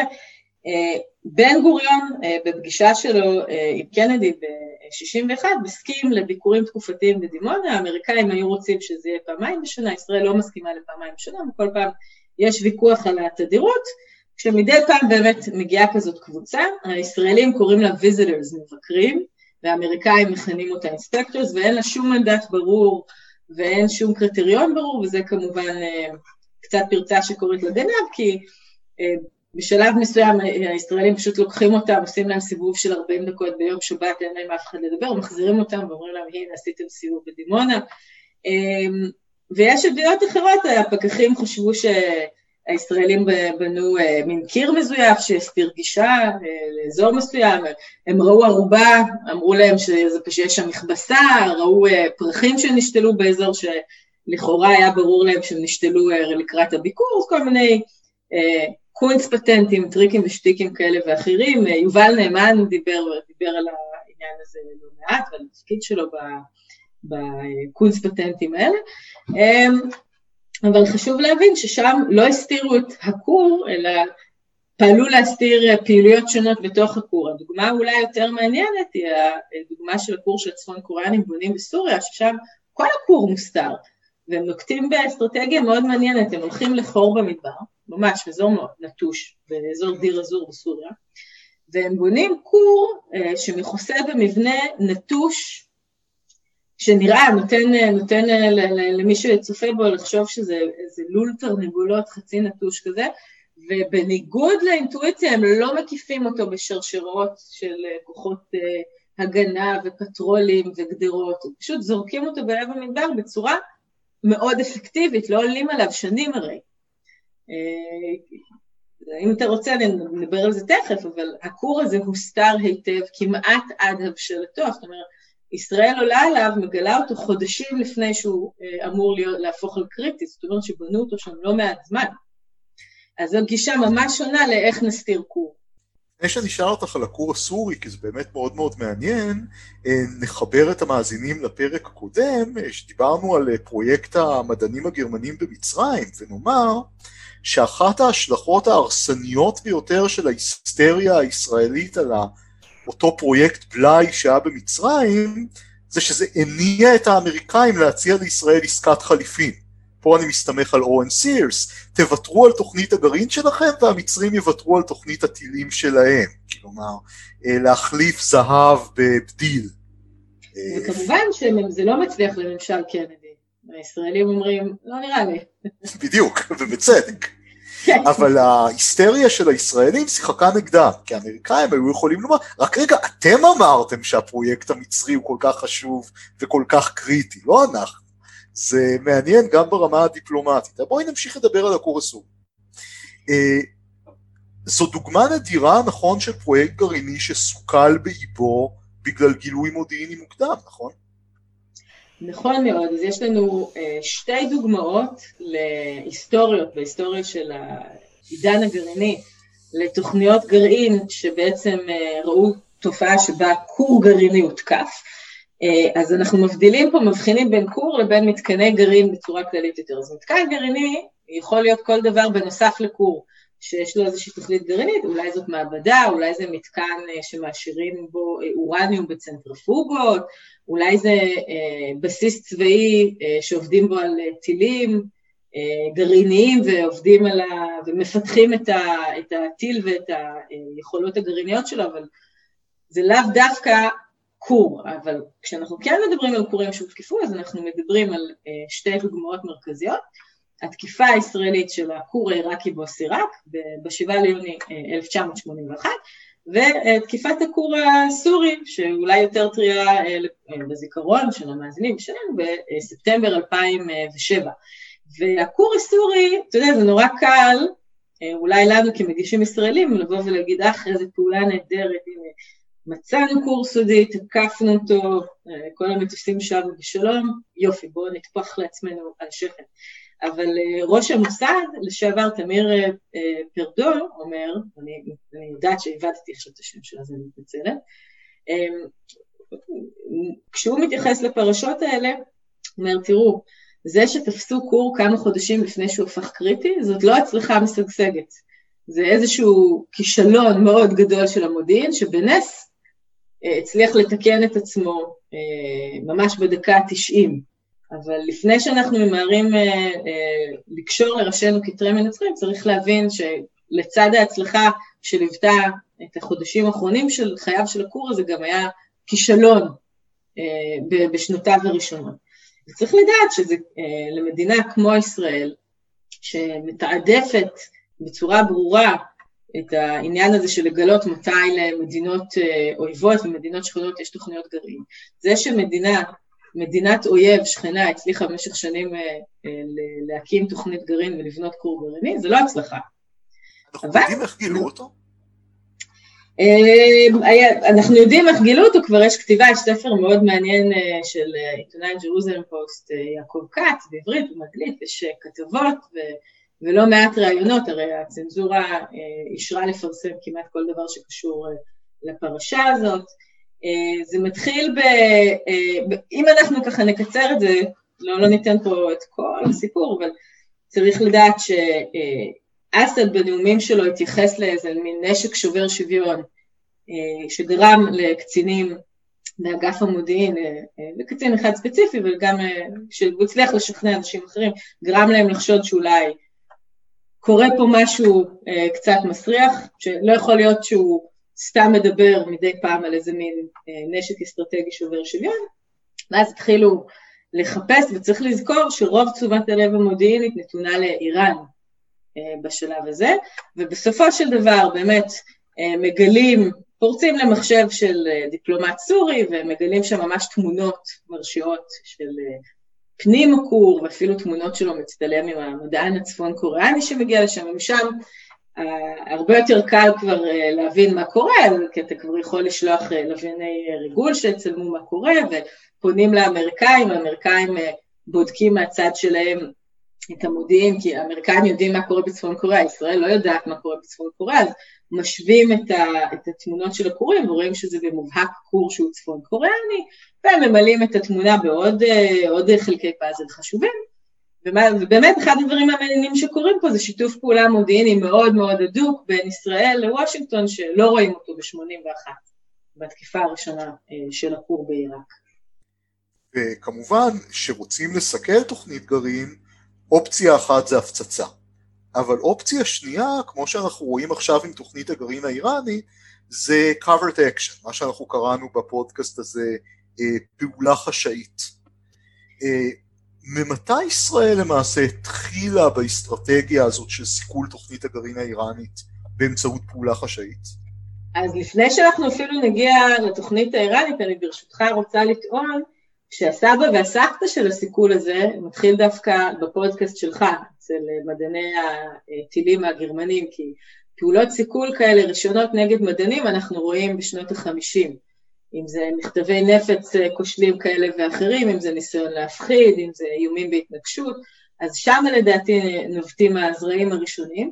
[SPEAKER 2] בן גוריון בפגישה שלו עם קנדי ב-שישים ואחת, מסכים לביקורים תקופתיים בדימונה, האמריקאים היו רוצים שזה יהיה פעמיים בשנה, ישראל לא מסכימה לפעמיים בשנה, וכל פעם יש ויכוח על התדירות, כשמדי פעם באמת מגיעה כזאת קבוצה, הישראלים קוראים לה visitors, מבקרים, והאמריקאים מכנים אותה inspectors, ואין לה שום מנדט ברור, ואין שום קריטריון ברור, וזה כמובן קצת פרצה שקורית לגנב, כי בשלב מסוים הישראלים פשוט לוקחים אותם, עושים להם סיבוב של ארבעים דקות ביום שבת, אין להם אף אחד לדבר, מחזירים אותם ואומרים להם, הנה עשיתם סיבוב בדימונה, ויש עדויות אחרות, הפקחים חשבו שהישראלים בנו מין קיר מזויף, שהסתיר גישה לאזור מסוים, הם ראו ערובה, אמרו להם שיש שם מכבסה, ראו פרחים שנשתלו באזור שלכאורה היה ברור להם שהם נשתלו לקראת הביקור, כל מיני קונץ פטנטים, טריקים ושטיקים כאלה ואחרים, יובל נאמן דיבר, דיבר על העניין הזה לא מעט, ועל התפקיד שלו בקונץ פטנטים האלה, אבל חשוב להבין ששם לא הסתירו את הקור, אלא פעלו להסתיר פעילויות שונות בתוך הקור. הדוגמה אולי יותר מעניינת היא הדוגמה של הקור של צפון קוריאנים בונים בסוריה, ששם כל הקור מוסתר, והם נוקטים באסטרטגיה מאוד מעניינת, הם הולכים לחור במדבר, ממש אזור נטוש, באזור דיר אזור בסוריה, והם בונים קור שמכוסה במבנה נטוש, שנראה, נותן, נותן למי שצופה בו לחשוב שזה איזה לול תרנגולות חצי נטוש כזה, ובניגוד לאינטואיציה הם לא מקיפים אותו בשרשרות של כוחות הגנה ופטרולים וגדרות, פשוט זורקים אותו בלב המדבר בצורה מאוד אפקטיבית, לא עולים עליו שנים הרי. אם אתה רוצה נדבר על זה תכף, אבל הקור הזה הוסתר היטב כמעט עד הבשלתו, זאת אומרת, ישראל עולה עליו, מגלה אותו חודשים לפני שהוא אמור להיות, להפוך על קריטי, זאת אומרת שבנו אותו שם לא מעט זמן. אז זו גישה ממש שונה לאיך נסתיר קור.
[SPEAKER 1] לפני שנשאל אותך על הקור הסורי, כי זה באמת מאוד מאוד מעניין, נחבר את המאזינים לפרק הקודם, שדיברנו על פרויקט המדענים הגרמנים במצרים, ונאמר שאחת ההשלכות ההרסניות ביותר של ההיסטריה הישראלית על אותו פרויקט בלאי שהיה במצרים, זה שזה הניע את האמריקאים להציע לישראל עסקת חליפין. פה אני מסתמך על אורן סירס, תוותרו על תוכנית הגרעין שלכם, והמצרים יוותרו על תוכנית הטילים שלהם. כלומר, להחליף זהב בבדיל.
[SPEAKER 2] וכמובן שזה לא מצליח לממשל קנדי. הישראלים אומרים, לא נראה לי.
[SPEAKER 1] בדיוק, ובצדק. אבל ההיסטריה של הישראלים שיחקה נגדם, כי האמריקאים היו יכולים לומר, רק רגע, אתם אמרתם שהפרויקט המצרי הוא כל כך חשוב וכל כך קריטי, לא אנחנו. זה מעניין גם ברמה הדיפלומטית. בואי נמשיך לדבר על הקור הסורי. זו דוגמה נדירה, נכון, של פרויקט גרעיני שסוכל באיבו בגלל גילוי מודיעיני מוקדם, נכון?
[SPEAKER 2] נכון מאוד, אז יש לנו שתי דוגמאות להיסטוריות, בהיסטוריה של העידן הגרעיני, לתוכניות גרעין שבעצם ראו תופעה שבה קור גרעיני הותקף, אז אנחנו מבדילים פה, מבחינים בין קור לבין מתקני גרעין בצורה כללית יותר. אז מתקן גרעיני יכול להיות כל דבר בנוסף לקור, שיש לו איזושהי תכלית גרעינית, אולי זאת מעבדה, אולי זה מתקן שמאשרים בו אורניום בצנטריפוגות, אולי זה בסיס צבאי שעובדים בו על טילים גרעיניים ועובדים על ה... ומפתחים את, ה... את הטיל ואת היכולות הגרעיניות שלו, אבל זה לאו דווקא קור, אבל כשאנחנו כן מדברים על קורים שהותקפו, אז אנחנו מדברים על שתי דוגמאות מרכזיות, התקיפה הישראלית של הקור העיראקי בוסיראק, ב-שבעה ליוני אלף תשע מאות שמונים ואחת, ותקיפת הקור הסורי, שאולי יותר טריה בזיכרון של המאזינים שלנו, בספטמבר אלפיים ושבע. והקור הסורי, אתה יודע, זה נורא קל, אולי לנו כמגישים ישראלים, לבוא ולהגיד, אך, איזו פעולה נהדרת, הנה, מצאנו קור סודי, תקפנו אותו, כל המטוסים שבו בשלום, יופי, בואו נטפח לעצמנו על שכם. אבל ראש המוסד, לשעבר תמיר פרדו, אומר, אני, אני יודעת שהבדתי עכשיו את השם שלה, אז אני מתנצלת, כשהוא מתייחס לפרשות האלה, אומר, תראו, זה שתפסו קור כמה חודשים לפני שהוא הפך קריטי, זאת לא הצלחה משגשגת. זה איזשהו כישלון מאוד גדול של המודיעין, שבנס הצליח לתקן את עצמו ממש בדקה ה-תשעים. אבל לפני שאנחנו ממהרים אה, אה, לקשור לראשינו כתרי מנצחים, צריך להבין שלצד ההצלחה שליוותה את החודשים האחרונים של חייו של הכור הזה, גם היה כישלון אה, בשנותיו הראשונות. וצריך לדעת שזה אה, למדינה כמו ישראל, שמתעדפת בצורה ברורה את העניין הזה של לגלות מתי למדינות אויבות ומדינות שכנות יש תוכניות גרעין. זה שמדינה, מדינת אויב שכנה הצליחה במשך שנים להקים תוכנית גרעין ולבנות כור גרעיני, זה לא הצלחה.
[SPEAKER 1] אנחנו אבל... יודעים איך גילו אותו?
[SPEAKER 2] אנחנו יודעים איך גילו אותו, כבר יש כתיבה, יש ספר מאוד מעניין של עיתונאי ג'רוזלם פוסט, יעקב כץ, בעברית ובאנגלית, יש כתבות ו... ולא מעט רעיונות, הרי הצנזורה אישרה לפרסם כמעט כל דבר שקשור לפרשה הזאת. זה מתחיל ב... אם אנחנו ככה נקצר את זה, לא, לא ניתן פה את כל הסיפור, אבל צריך לדעת שאסד בנאומים שלו התייחס לאיזה מין נשק שובר שוויון, שגרם לקצינים באגף המודיעין, לקצין אחד ספציפי, וגם שהוא הצליח לשכנע אנשים אחרים, גרם להם לחשוד שאולי קורה פה משהו אה, קצת מסריח, שלא יכול להיות שהוא סתם מדבר מדי פעם על איזה מין אה, נשק אסטרטגי שובר שוויון, ואז התחילו לחפש, וצריך לזכור שרוב תשומת הלב המודיעינית נתונה לאיראן אה, בשלב הזה, ובסופו של דבר באמת אה, מגלים, פורצים למחשב של אה, דיפלומט סורי, ומגלים שם ממש תמונות מרשיעות של אה, פנים הכור, ואפילו תמונות שלו מצטלם עם המדען הצפון קוריאני שמגיע לשם, ומשם הרבה יותר קל כבר להבין מה קורה, כי אתה כבר יכול לשלוח לווייני ריגול שיצלמו מה קורה, ופונים לאמריקאים, האמריקאים בודקים מהצד שלהם את המודיעין, כי האמריקאים יודעים מה קורה בצפון קוריאה, ישראל לא יודעת מה קורה בצפון קוריאה, אז משווים את, ה, את התמונות של הכורים, ורואים שזה במובהק כור שהוא צפון קוריאני, והם ממלאים את התמונה בעוד עוד חלקי פאזל חשובים, ובאמת אחד הדברים המעניינים שקורים פה זה שיתוף פעולה מודיעיני מאוד מאוד הדוק בין ישראל לוושינגטון, שלא רואים אותו ב-שמונים ואחת, בתקיפה הראשונה של הכור בעיראק.
[SPEAKER 1] וכמובן שרוצים לסכל תוכנית גרעין, אופציה אחת זה הפצצה. אבל אופציה שנייה, כמו שאנחנו רואים עכשיו עם תוכנית הגרעין האיראני, זה covered action, מה שאנחנו קראנו בפודקאסט הזה, פעולה חשאית. ממתי ישראל למעשה התחילה באסטרטגיה הזאת של סיכול תוכנית הגרעין האיראנית באמצעות פעולה חשאית?
[SPEAKER 2] אז לפני שאנחנו אפילו נגיע לתוכנית האיראנית, אני ברשותך רוצה לטעון שהסבא והסבתא של הסיכול הזה מתחיל דווקא בפודקאסט שלך, אצל מדעני הטילים הגרמנים, כי פעולות סיכול כאלה ראשונות נגד מדענים אנחנו רואים בשנות החמישים, אם זה מכתבי נפץ כושלים כאלה ואחרים, אם זה ניסיון להפחיד, אם זה איומים בהתנגשות, אז שם לדעתי נובטים הזרעים הראשונים,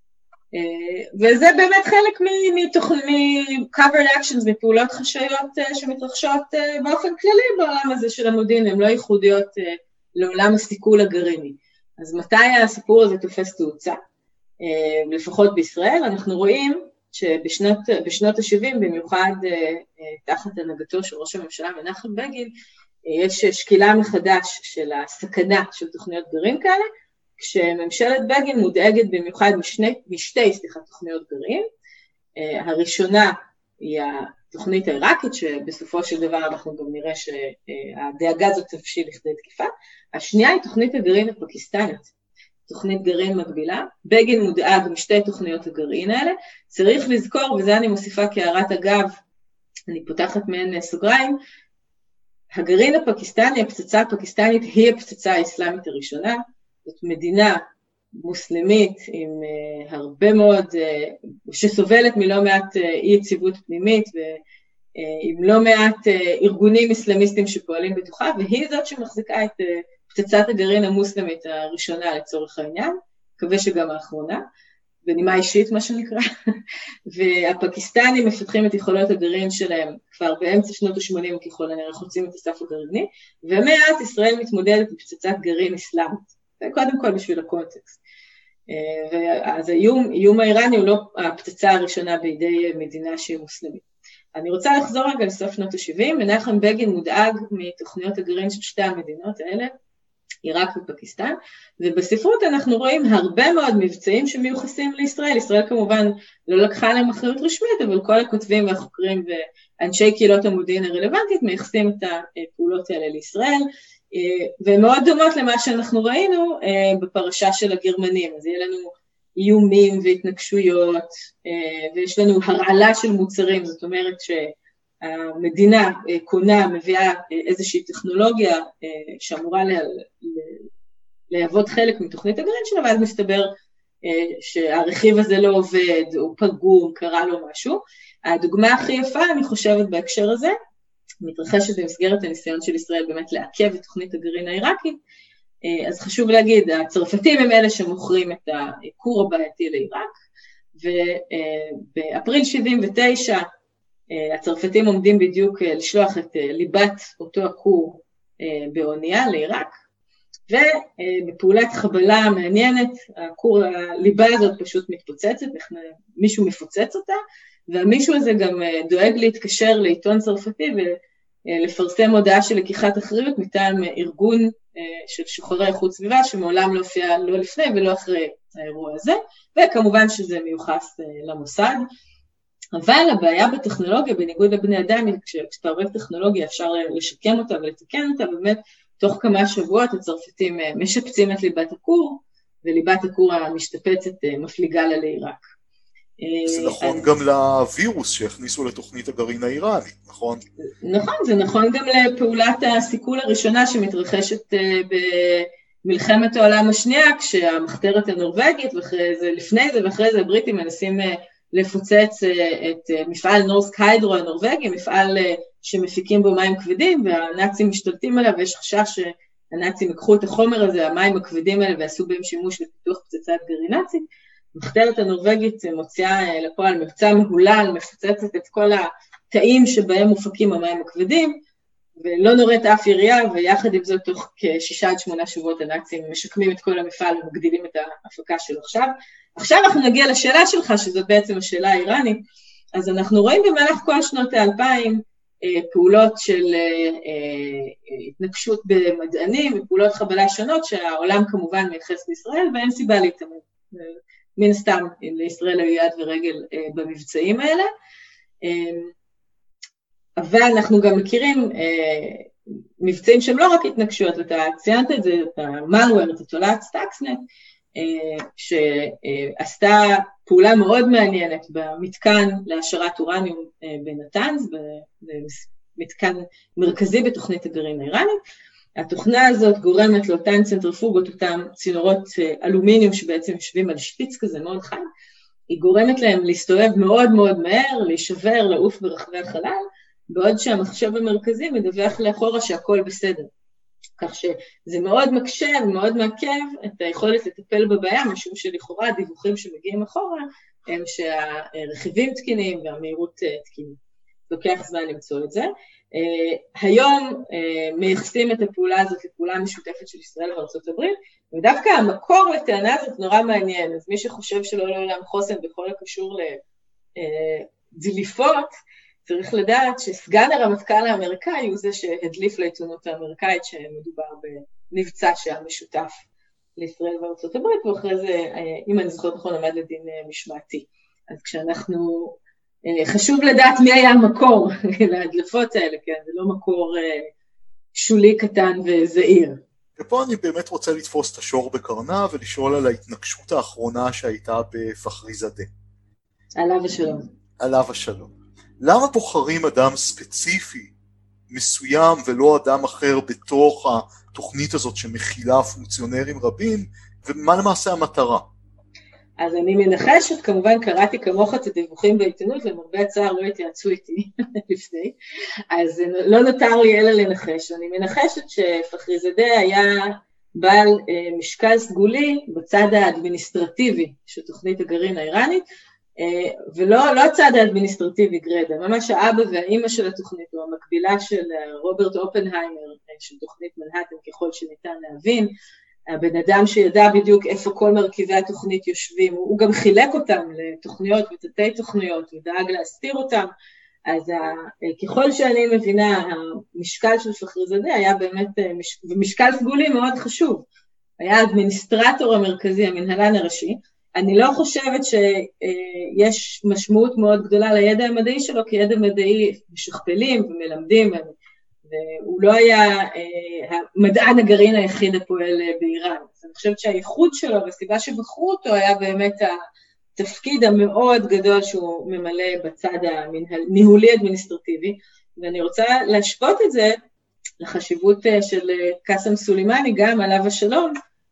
[SPEAKER 2] וזה באמת חלק מ-covered actions, מפעולות חשאיות שמתרחשות באופן כללי בעולם הזה של המודיעין, הן לא ייחודיות לעולם הסיכול הגרעיני. אז מתי הסיפור הזה תופס תאוצה? לפחות בישראל, אנחנו רואים שבשנות בשנות ה-שבעים, במיוחד תחת הנהגתו של ראש הממשלה מנחם בגין, יש שקילה מחדש של הסכנה של תוכניות גרעין כאלה, כשממשלת בגין מודאגת במיוחד משני, משתי סליחה, תוכניות גרעין. הראשונה היא התוכנית העיראקית, שבסופו של דבר אנחנו גם נראה שהדאגה הזאת תבשיל לכדי תקיפה. השנייה היא תוכנית הגרעין הפקיסטנית, תוכנית גרעין מקבילה. בגין מודאג משתי תוכניות הגרעין האלה. צריך לזכור, וזה אני מוסיפה כהערת אגב, אני פותחת מעין סוגריים, הגרעין הפקיסטני, הפצצה הפקיסטנית, היא הפצצה האסלאמית הראשונה. זאת מדינה מוסלמית עם uh, הרבה מאוד, uh, שסובלת מלא מעט uh, אי יציבות פנימית, ועם uh, לא מעט uh, ארגונים אסלאמיסטים שפועלים בתוכה, והיא זאת שמחזיקה את uh, פצצת הגרעין המוסלמית הראשונה לצורך העניין, מקווה שגם האחרונה, בנימה אישית מה שנקרא, והפקיסטנים מפתחים את יכולות הגרעין שלהם כבר באמצע שנות ה-שמונים ככל הנראה חוצים את הסף הגרעיני, ומעט ישראל מתמודדת עם פצצת גרעין אסלאמית. קודם כל בשביל הקונטקסט. אז האיום, איום האיראני הוא לא הפצצה הראשונה בידי מדינה שהיא מוסלמית. אני רוצה לחזור רגע לסוף שנות ה-שבעים, מנחם בגין מודאג מתוכניות הגרעין של שתי המדינות האלה, עיראק ופקיסטן, ובספרות אנחנו רואים הרבה מאוד מבצעים שמיוחסים לישראל. ישראל כמובן לא לקחה להם אחריות רשמית, אבל כל הכותבים והחוקרים ואנשי קהילות המודיעין הרלוונטית מייחסים את הפעולות האלה לישראל, והן מאוד דומות למה שאנחנו ראינו בפרשה של הגרמנים. אז יהיה לנו איומים והתנגשויות, ויש לנו הרעלה של מוצרים, זאת אומרת שהמדינה קונה, מביאה איזושהי טכנולוגיה שאמורה להוות חלק מתוכנית הגרעין שלה, ואז מסתבר שהרכיב הזה לא עובד, או פגום, קרה לו משהו. הדוגמה הכי יפה, אני חושבת בהקשר הזה, מתרחשת במסגרת הניסיון של ישראל באמת לעכב את תוכנית הגרעין העיראקית. אז חשוב להגיד, הצרפתים הם אלה שמוכרים את הכור הבעייתי לעיראק, ובאפריל שבעים ותשע הצרפתים עומדים בדיוק לשלוח את ליבת אותו הכור באונייה לעיראק, ובפעולת חבלה מעניינת, הכור, הליבה הזאת פשוט מתפוצצת, מישהו מפוצץ אותה, והמישהו הזה גם דואג להתקשר לעיתון צרפתי ולפרסם הודעה של לקיחת אחריות מטעם ארגון של שוחרי איכות סביבה, שמעולם לא הופיע לא לפני ולא אחרי האירוע הזה, וכמובן שזה מיוחס למוסד. אבל הבעיה בטכנולוגיה, בניגוד לבני אדם, כשאתה רואה טכנולוגיה אפשר לשקם אותה ולתקן אותה, באמת תוך כמה שבועות הצרפתים משפצים את ליבת הכור, וליבת הכור המשתפצת מפליגה לה לעיראק.
[SPEAKER 1] זה נכון גם לווירוס שהכניסו לתוכנית הגרעין האיראנית, נכון?
[SPEAKER 2] נכון, זה נכון גם לפעולת הסיכול הראשונה שמתרחשת במלחמת העולם השנייה, כשהמחתרת הנורווגית, ואחרי זה, לפני זה ואחרי זה הבריטים מנסים לפוצץ את מפעל נורסק היידרו הנורווגי, מפעל שמפיקים בו מים כבדים, והנאצים משתלטים עליו, ויש חשש שהנאצים יקחו את החומר הזה, המים הכבדים האלה, ועשו בהם שימוש לפיתוח פצצת גרעין נאצית. המחתרת הנורווגית מוציאה לפועל מבצע מהולל, מפוצצת את כל התאים שבהם מופקים המים הכבדים, ולא נוראת אף ירייה, ויחד עם זאת תוך כשישה עד שמונה שבועות הנאצים משקמים את כל המפעל ומגדילים את ההפקה שלו עכשיו. עכשיו אנחנו נגיע לשאלה שלך, שזאת בעצם השאלה האיראנית. אז אנחנו רואים במהלך כל שנות האלפיים פעולות של התנגשות במדענים ופעולות חבלה שונות, שהעולם כמובן מייחס לישראל, ואין סיבה להתאמן. מן סתם, לישראל היו יד ורגל במבצעים האלה. אבל אנחנו גם מכירים מבצעים שהם לא רק התנגשויות, ואתה ציינת את זה, את המלוור, את התולעת סטאקסנט, שעשתה פעולה מאוד מעניינת במתקן להשארת אורניום בנתנז, במתקן מרכזי בתוכנית הגרעין האיראנית. התוכנה הזאת גורמת לאותן צנטריפוגות, אותן צינורות אלומיניום שבעצם יושבים על שפיץ כזה מאוד חד, היא גורמת להם להסתובב מאוד מאוד מהר, להישבר, לעוף ברחבי החלל, בעוד שהמחשב המרכזי מדווח לאחורה שהכל בסדר. כך שזה מאוד מקשה ומאוד מעכב את היכולת לטפל בבעיה, משום שלכאורה הדיווחים שמגיעים אחורה הם שהרכיבים תקינים והמהירות תקינים. לוקח זמן למצוא את זה. היום מייחסים את הפעולה הזאת לפעולה משותפת של ישראל וארצות הברית, ודווקא המקור לטענה הזאת נורא מעניין, אז מי שחושב שלא לעולם חוסן בכל הקשור לדליפות, צריך לדעת שסגן הרמטכ"ל האמריקאי הוא זה שהדליף לעיתונות האמריקאית שמדובר בנבצע שהיה משותף לישראל וארצות הברית, ואחרי זה, אם אני זוכרת נכון, עמד לדין משמעתי. אז כשאנחנו, חשוב לדעת מי היה המקור להדלפות האלה, כן? זה לא מקור שולי קטן וזעיר.
[SPEAKER 1] ופה אני באמת רוצה לתפוס את השור בקרנה ולשאול על ההתנגשות האחרונה שהייתה בפחריזאדה.
[SPEAKER 2] עליו השלום.
[SPEAKER 1] עליו השלום. למה בוחרים אדם ספציפי מסוים ולא אדם אחר בתוך התוכנית הזאת שמכילה פונקציונרים רבים, ומה למעשה המטרה?
[SPEAKER 2] אז אני מנחשת, כמובן קראתי כמוך את הדיווחים בעיתונות, למרבה הצער לא התייעצו איתי לפני, אז לא נותר לי אלא לנחש. אני מנחשת שפחריזאדה היה בעל משקל סגולי בצד האדמיניסטרטיבי של תוכנית הגרעין האיראנית, ולא לא הצד האדמיניסטרטיבי גרדה, ממש האבא והאימא של התוכנית, או המקבילה של רוברט אופנהיימר, של תוכנית מנהטן ככל שניתן להבין, הבן אדם שידע בדיוק איפה כל מרכיבי התוכנית יושבים, הוא גם חילק אותם לתוכניות ותתי תוכניות, ודאג להסתיר אותם, אז ה, ככל שאני מבינה, המשקל של פחריזאדה היה באמת, ומשקל סגולי מאוד חשוב, היה האדמיניסטרטור המרכזי, המנהלן הראשי. אני לא חושבת שיש משמעות מאוד גדולה לידע המדעי שלו, כי ידע מדעי משכפלים ומלמדים, והוא לא היה המדען הגרעין היחיד הפועל באיראן. אז אני חושבת שהייחוד שלו, והסיבה שבחרו אותו, היה באמת התפקיד המאוד גדול שהוא ממלא בצד הניהולי-אדמיניסטרטיבי, ואני רוצה להשוות את זה לחשיבות של קאסם סולימני, גם עליו השלום,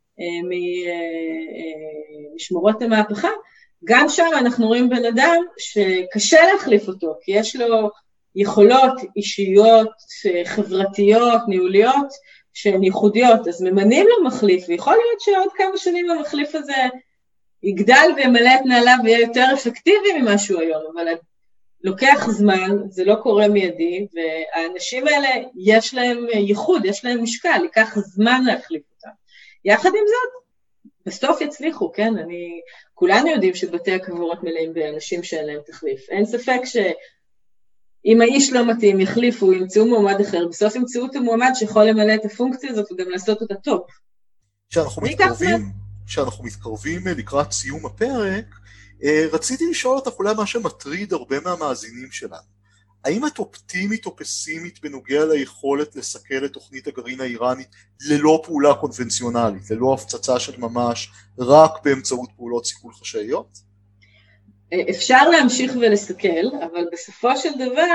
[SPEAKER 2] משמורות המהפכה. גם שם אנחנו רואים בן אדם שקשה להחליף אותו, כי יש לו יכולות אישיות, חברתיות, ניהוליות, שהן ייחודיות, אז ממנים לו מחליף, ויכול להיות שעוד כמה שנים המחליף הזה יגדל וימלא את נעליו ויהיה יותר אפקטיבי ממה שהוא היום, אבל לוקח זמן, זה לא קורה מיידי, והאנשים האלה יש להם ייחוד, יש להם משקל, ייקח זמן להחליף אותם. יחד עם זאת, בסוף יצליחו, כן? אני, כולנו יודעים שבתי הקברות מלאים באנשים שאין להם תחליף. אין ספק שאם האיש לא מתאים, יחליפו, ימצאו מועמד אחר, בסוף ימצאו את המועמד שיכול למלא את הפונקציה הזאת וגם לעשות אותה טוב.
[SPEAKER 1] כשאנחנו מתקרבים, כשאנחנו מתקרבים לקראת סיום הפרק, רציתי לשאול אותך אולי מה שמטריד הרבה מהמאזינים שלנו. האם את אופטימית או פסימית בנוגע ליכולת לסכל את תוכנית הגרעין האיראנית ללא פעולה קונבנציונלית, ללא הפצצה של ממש, רק באמצעות פעולות סיכול חשאיות?
[SPEAKER 2] אפשר להמשיך ולסכל, אבל בסופו של דבר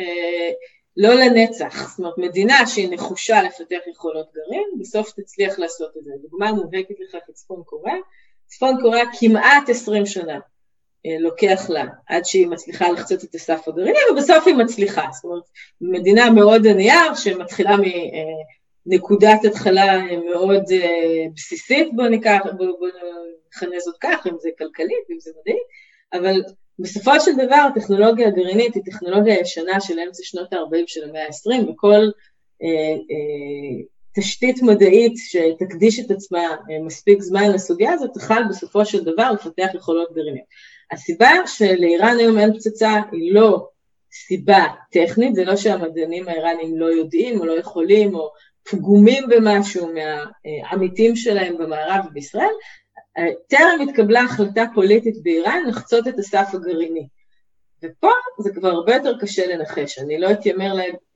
[SPEAKER 2] לא לנצח. זאת אומרת, מדינה שהיא נחושה לפתח יכולות גרעין, בסוף תצליח לעשות את זה. דוגמה מובהקת לכך את צפון קוריאה. צפון קוריאה כמעט עשרים שנה. לוקח לה עד שהיא מצליחה לחצות את הסף הגרעיני, ובסוף היא מצליחה. זאת אומרת, מדינה מאוד ענייה, שמתחילה מנקודת התחלה מאוד בסיסית, בוא ניקח, בוא, בוא נכנס זאת כך, אם זה כלכלית, אם זה מדעי, אבל בסופו של דבר, הטכנולוגיה הגרעינית היא טכנולוגיה ישנה של אמצע שנות ה-ארבעים של המאה ה-עשרים, וכל אה, אה, תשתית מדעית שתקדיש את עצמה מספיק זמן לסוגיה הזאת, תוכל בסופו של דבר לפתח יכולות גרעיניות. הסיבה שלאיראן היום אין פצצה היא לא סיבה טכנית, זה לא שהמדענים האיראנים לא יודעים או לא יכולים או פגומים במשהו מהעמיתים שלהם במערב ובישראל, טרם התקבלה החלטה פוליטית באיראן לחצות את הסף הגרעיני. ופה זה כבר הרבה יותר קשה לנחש, אני לא אתיימר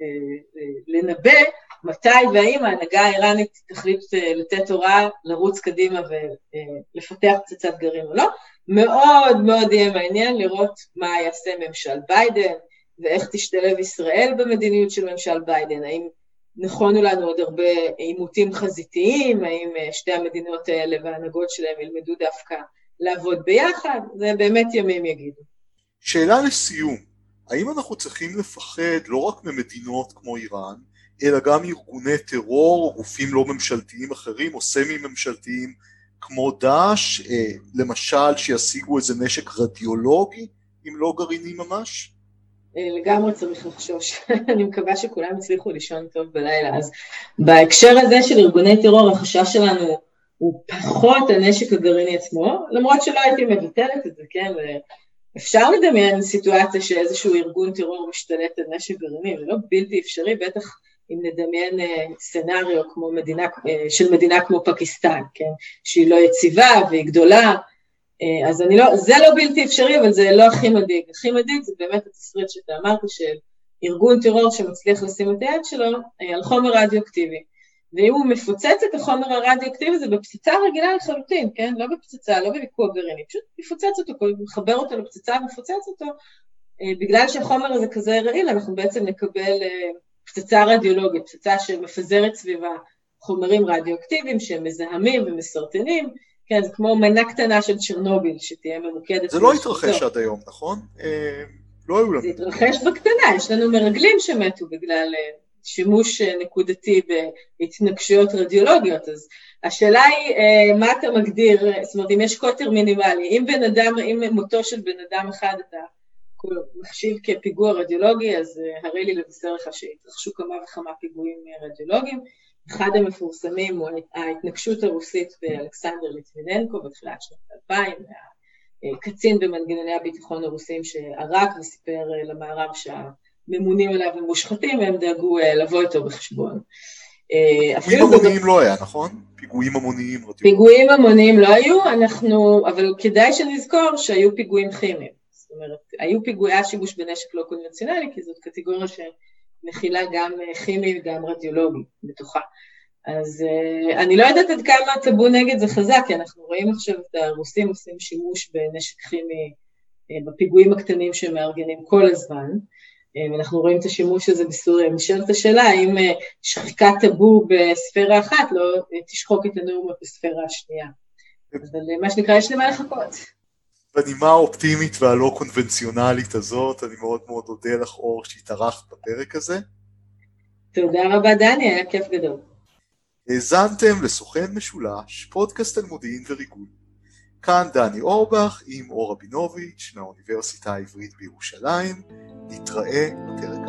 [SPEAKER 2] לנבא מתי והאם ההנהגה האיראנית תחליט לתת הוראה לרוץ קדימה ולפתח פצצת גרעין או לא, מאוד מאוד יהיה מעניין לראות מה יעשה ממשל ביידן, ואיך תשתלב ישראל במדיניות של ממשל ביידן, האם נכונו לנו עוד הרבה עימותים חזיתיים, האם שתי המדינות האלה וההנהגות שלהם ילמדו דווקא לעבוד ביחד, זה באמת ימים יגידו.
[SPEAKER 1] שאלה לסיום, האם אנחנו צריכים לפחד לא רק ממדינות כמו איראן, אלא גם ארגוני טרור, גופים לא ממשלתיים אחרים, או סמי ממשלתיים כמו דאעש, למשל שישיגו איזה נשק רדיולוגי, אם לא גרעיני ממש?
[SPEAKER 2] לגמרי צריך לחשוש. אני מקווה שכולם הצליחו לישון טוב בלילה. אז בהקשר הזה של ארגוני טרור, החשש שלנו הוא פחות הנשק הגרעיני עצמו, למרות שלא הייתי מבטלת את זה, כן? אפשר לדמיין סיטואציה שאיזשהו ארגון טרור משתלט על נשק גרעיני, זה לא בלתי אפשרי, בטח אם נדמיין סנריו כמו מדינה, של מדינה כמו פקיסטן, כן? שהיא לא יציבה והיא גדולה, אז אני לא, זה לא בלתי אפשרי, אבל זה לא הכי מדאיג. הכי מדאיג זה באמת התסריט שאתה אמרת, של ארגון טרור שמצליח לשים את היד שלו על חומר רדיואקטיבי. ואם הוא מפוצץ את החומר הרדיואקטיבי, זה בפצצה רגילה לחלוטין, כן? לא בפצצה, לא בוויכוח גרעיני, פשוט מפוצץ אותו, מחבר אותו לפצצה ומפוצץ אותו, בגלל שהחומר הזה כזה רעיל, אנחנו בעצם נקבל פצצה רדיולוגית, פצצה שמפזרת סביבה חומרים רדיואקטיביים, שהם מזהמים ומסרטנים, כן, זה כמו מנה קטנה של צ'רנוביל, שתהיה ממוקדת.
[SPEAKER 1] זה לא התרחש עד היום, נכון? לא היו לנו.
[SPEAKER 2] זה התרחש בקטנה, יש לנו מרגלים שמתו בגלל שימוש נקודתי בהתנגשויות רדיולוגיות, אז השאלה היא, מה אתה מגדיר, זאת אומרת, אם יש קוטר מינימלי, אם בן אדם, אם מותו של בן אדם אחד אתה מחשיב כפיגוע רדיולוגי, אז הרי לי לבשר לך שהתרחשו כמה וכמה פיגועים רדיולוגיים, אחד המפורסמים הוא ההתנגשות הרוסית באלכסנדר ליטביננקו בתחילת שנות אלפיים, קצין במנגנוני הביטחון הרוסים שערק וסיפר למערב שהממונים עליו הם מושחתים, והם דאגו לבוא איתו בחשבון.
[SPEAKER 1] פיגועים המוניים לא היה, נכון? פיגועים המוניים.
[SPEAKER 2] פיגועים המוניים לא היו, אנחנו, אבל כדאי שנזכור שהיו פיגועים כימיים. זאת אומרת, היו פיגועי השימוש בנשק לא קונבנציונלי, כי זאת קטגוריה שמכילה גם כימי וגם רדיולוגי בתוכה. אז uh, אני לא יודעת עד כמה הטאבו נגד זה חזק, כי אנחנו רואים עכשיו את הרוסים עושים שימוש בנשק כימי uh, בפיגועים הקטנים שהם מארגנים כל הזמן, uh, ואנחנו רואים את השימוש הזה בסוריה. נשאלת השאלה, האם uh, שחיקת טאבו בספירה אחת לא uh, תשחוק את הנורמות בספירה השנייה. אבל uh, מה שנקרא, יש למה לחכות.
[SPEAKER 1] בנימה האופטימית והלא קונבנציונלית הזאת, אני מאוד מאוד אודה לך אור שהתארחת בפרק הזה.
[SPEAKER 2] תודה רבה דני, היה כיף גדול.
[SPEAKER 1] האזנתם לסוכן משולש, פודקאסט על מודיעין וריגול. כאן דני אורבך עם אור רבינוביץ' מהאוניברסיטה העברית בירושלים. נתראה בפרק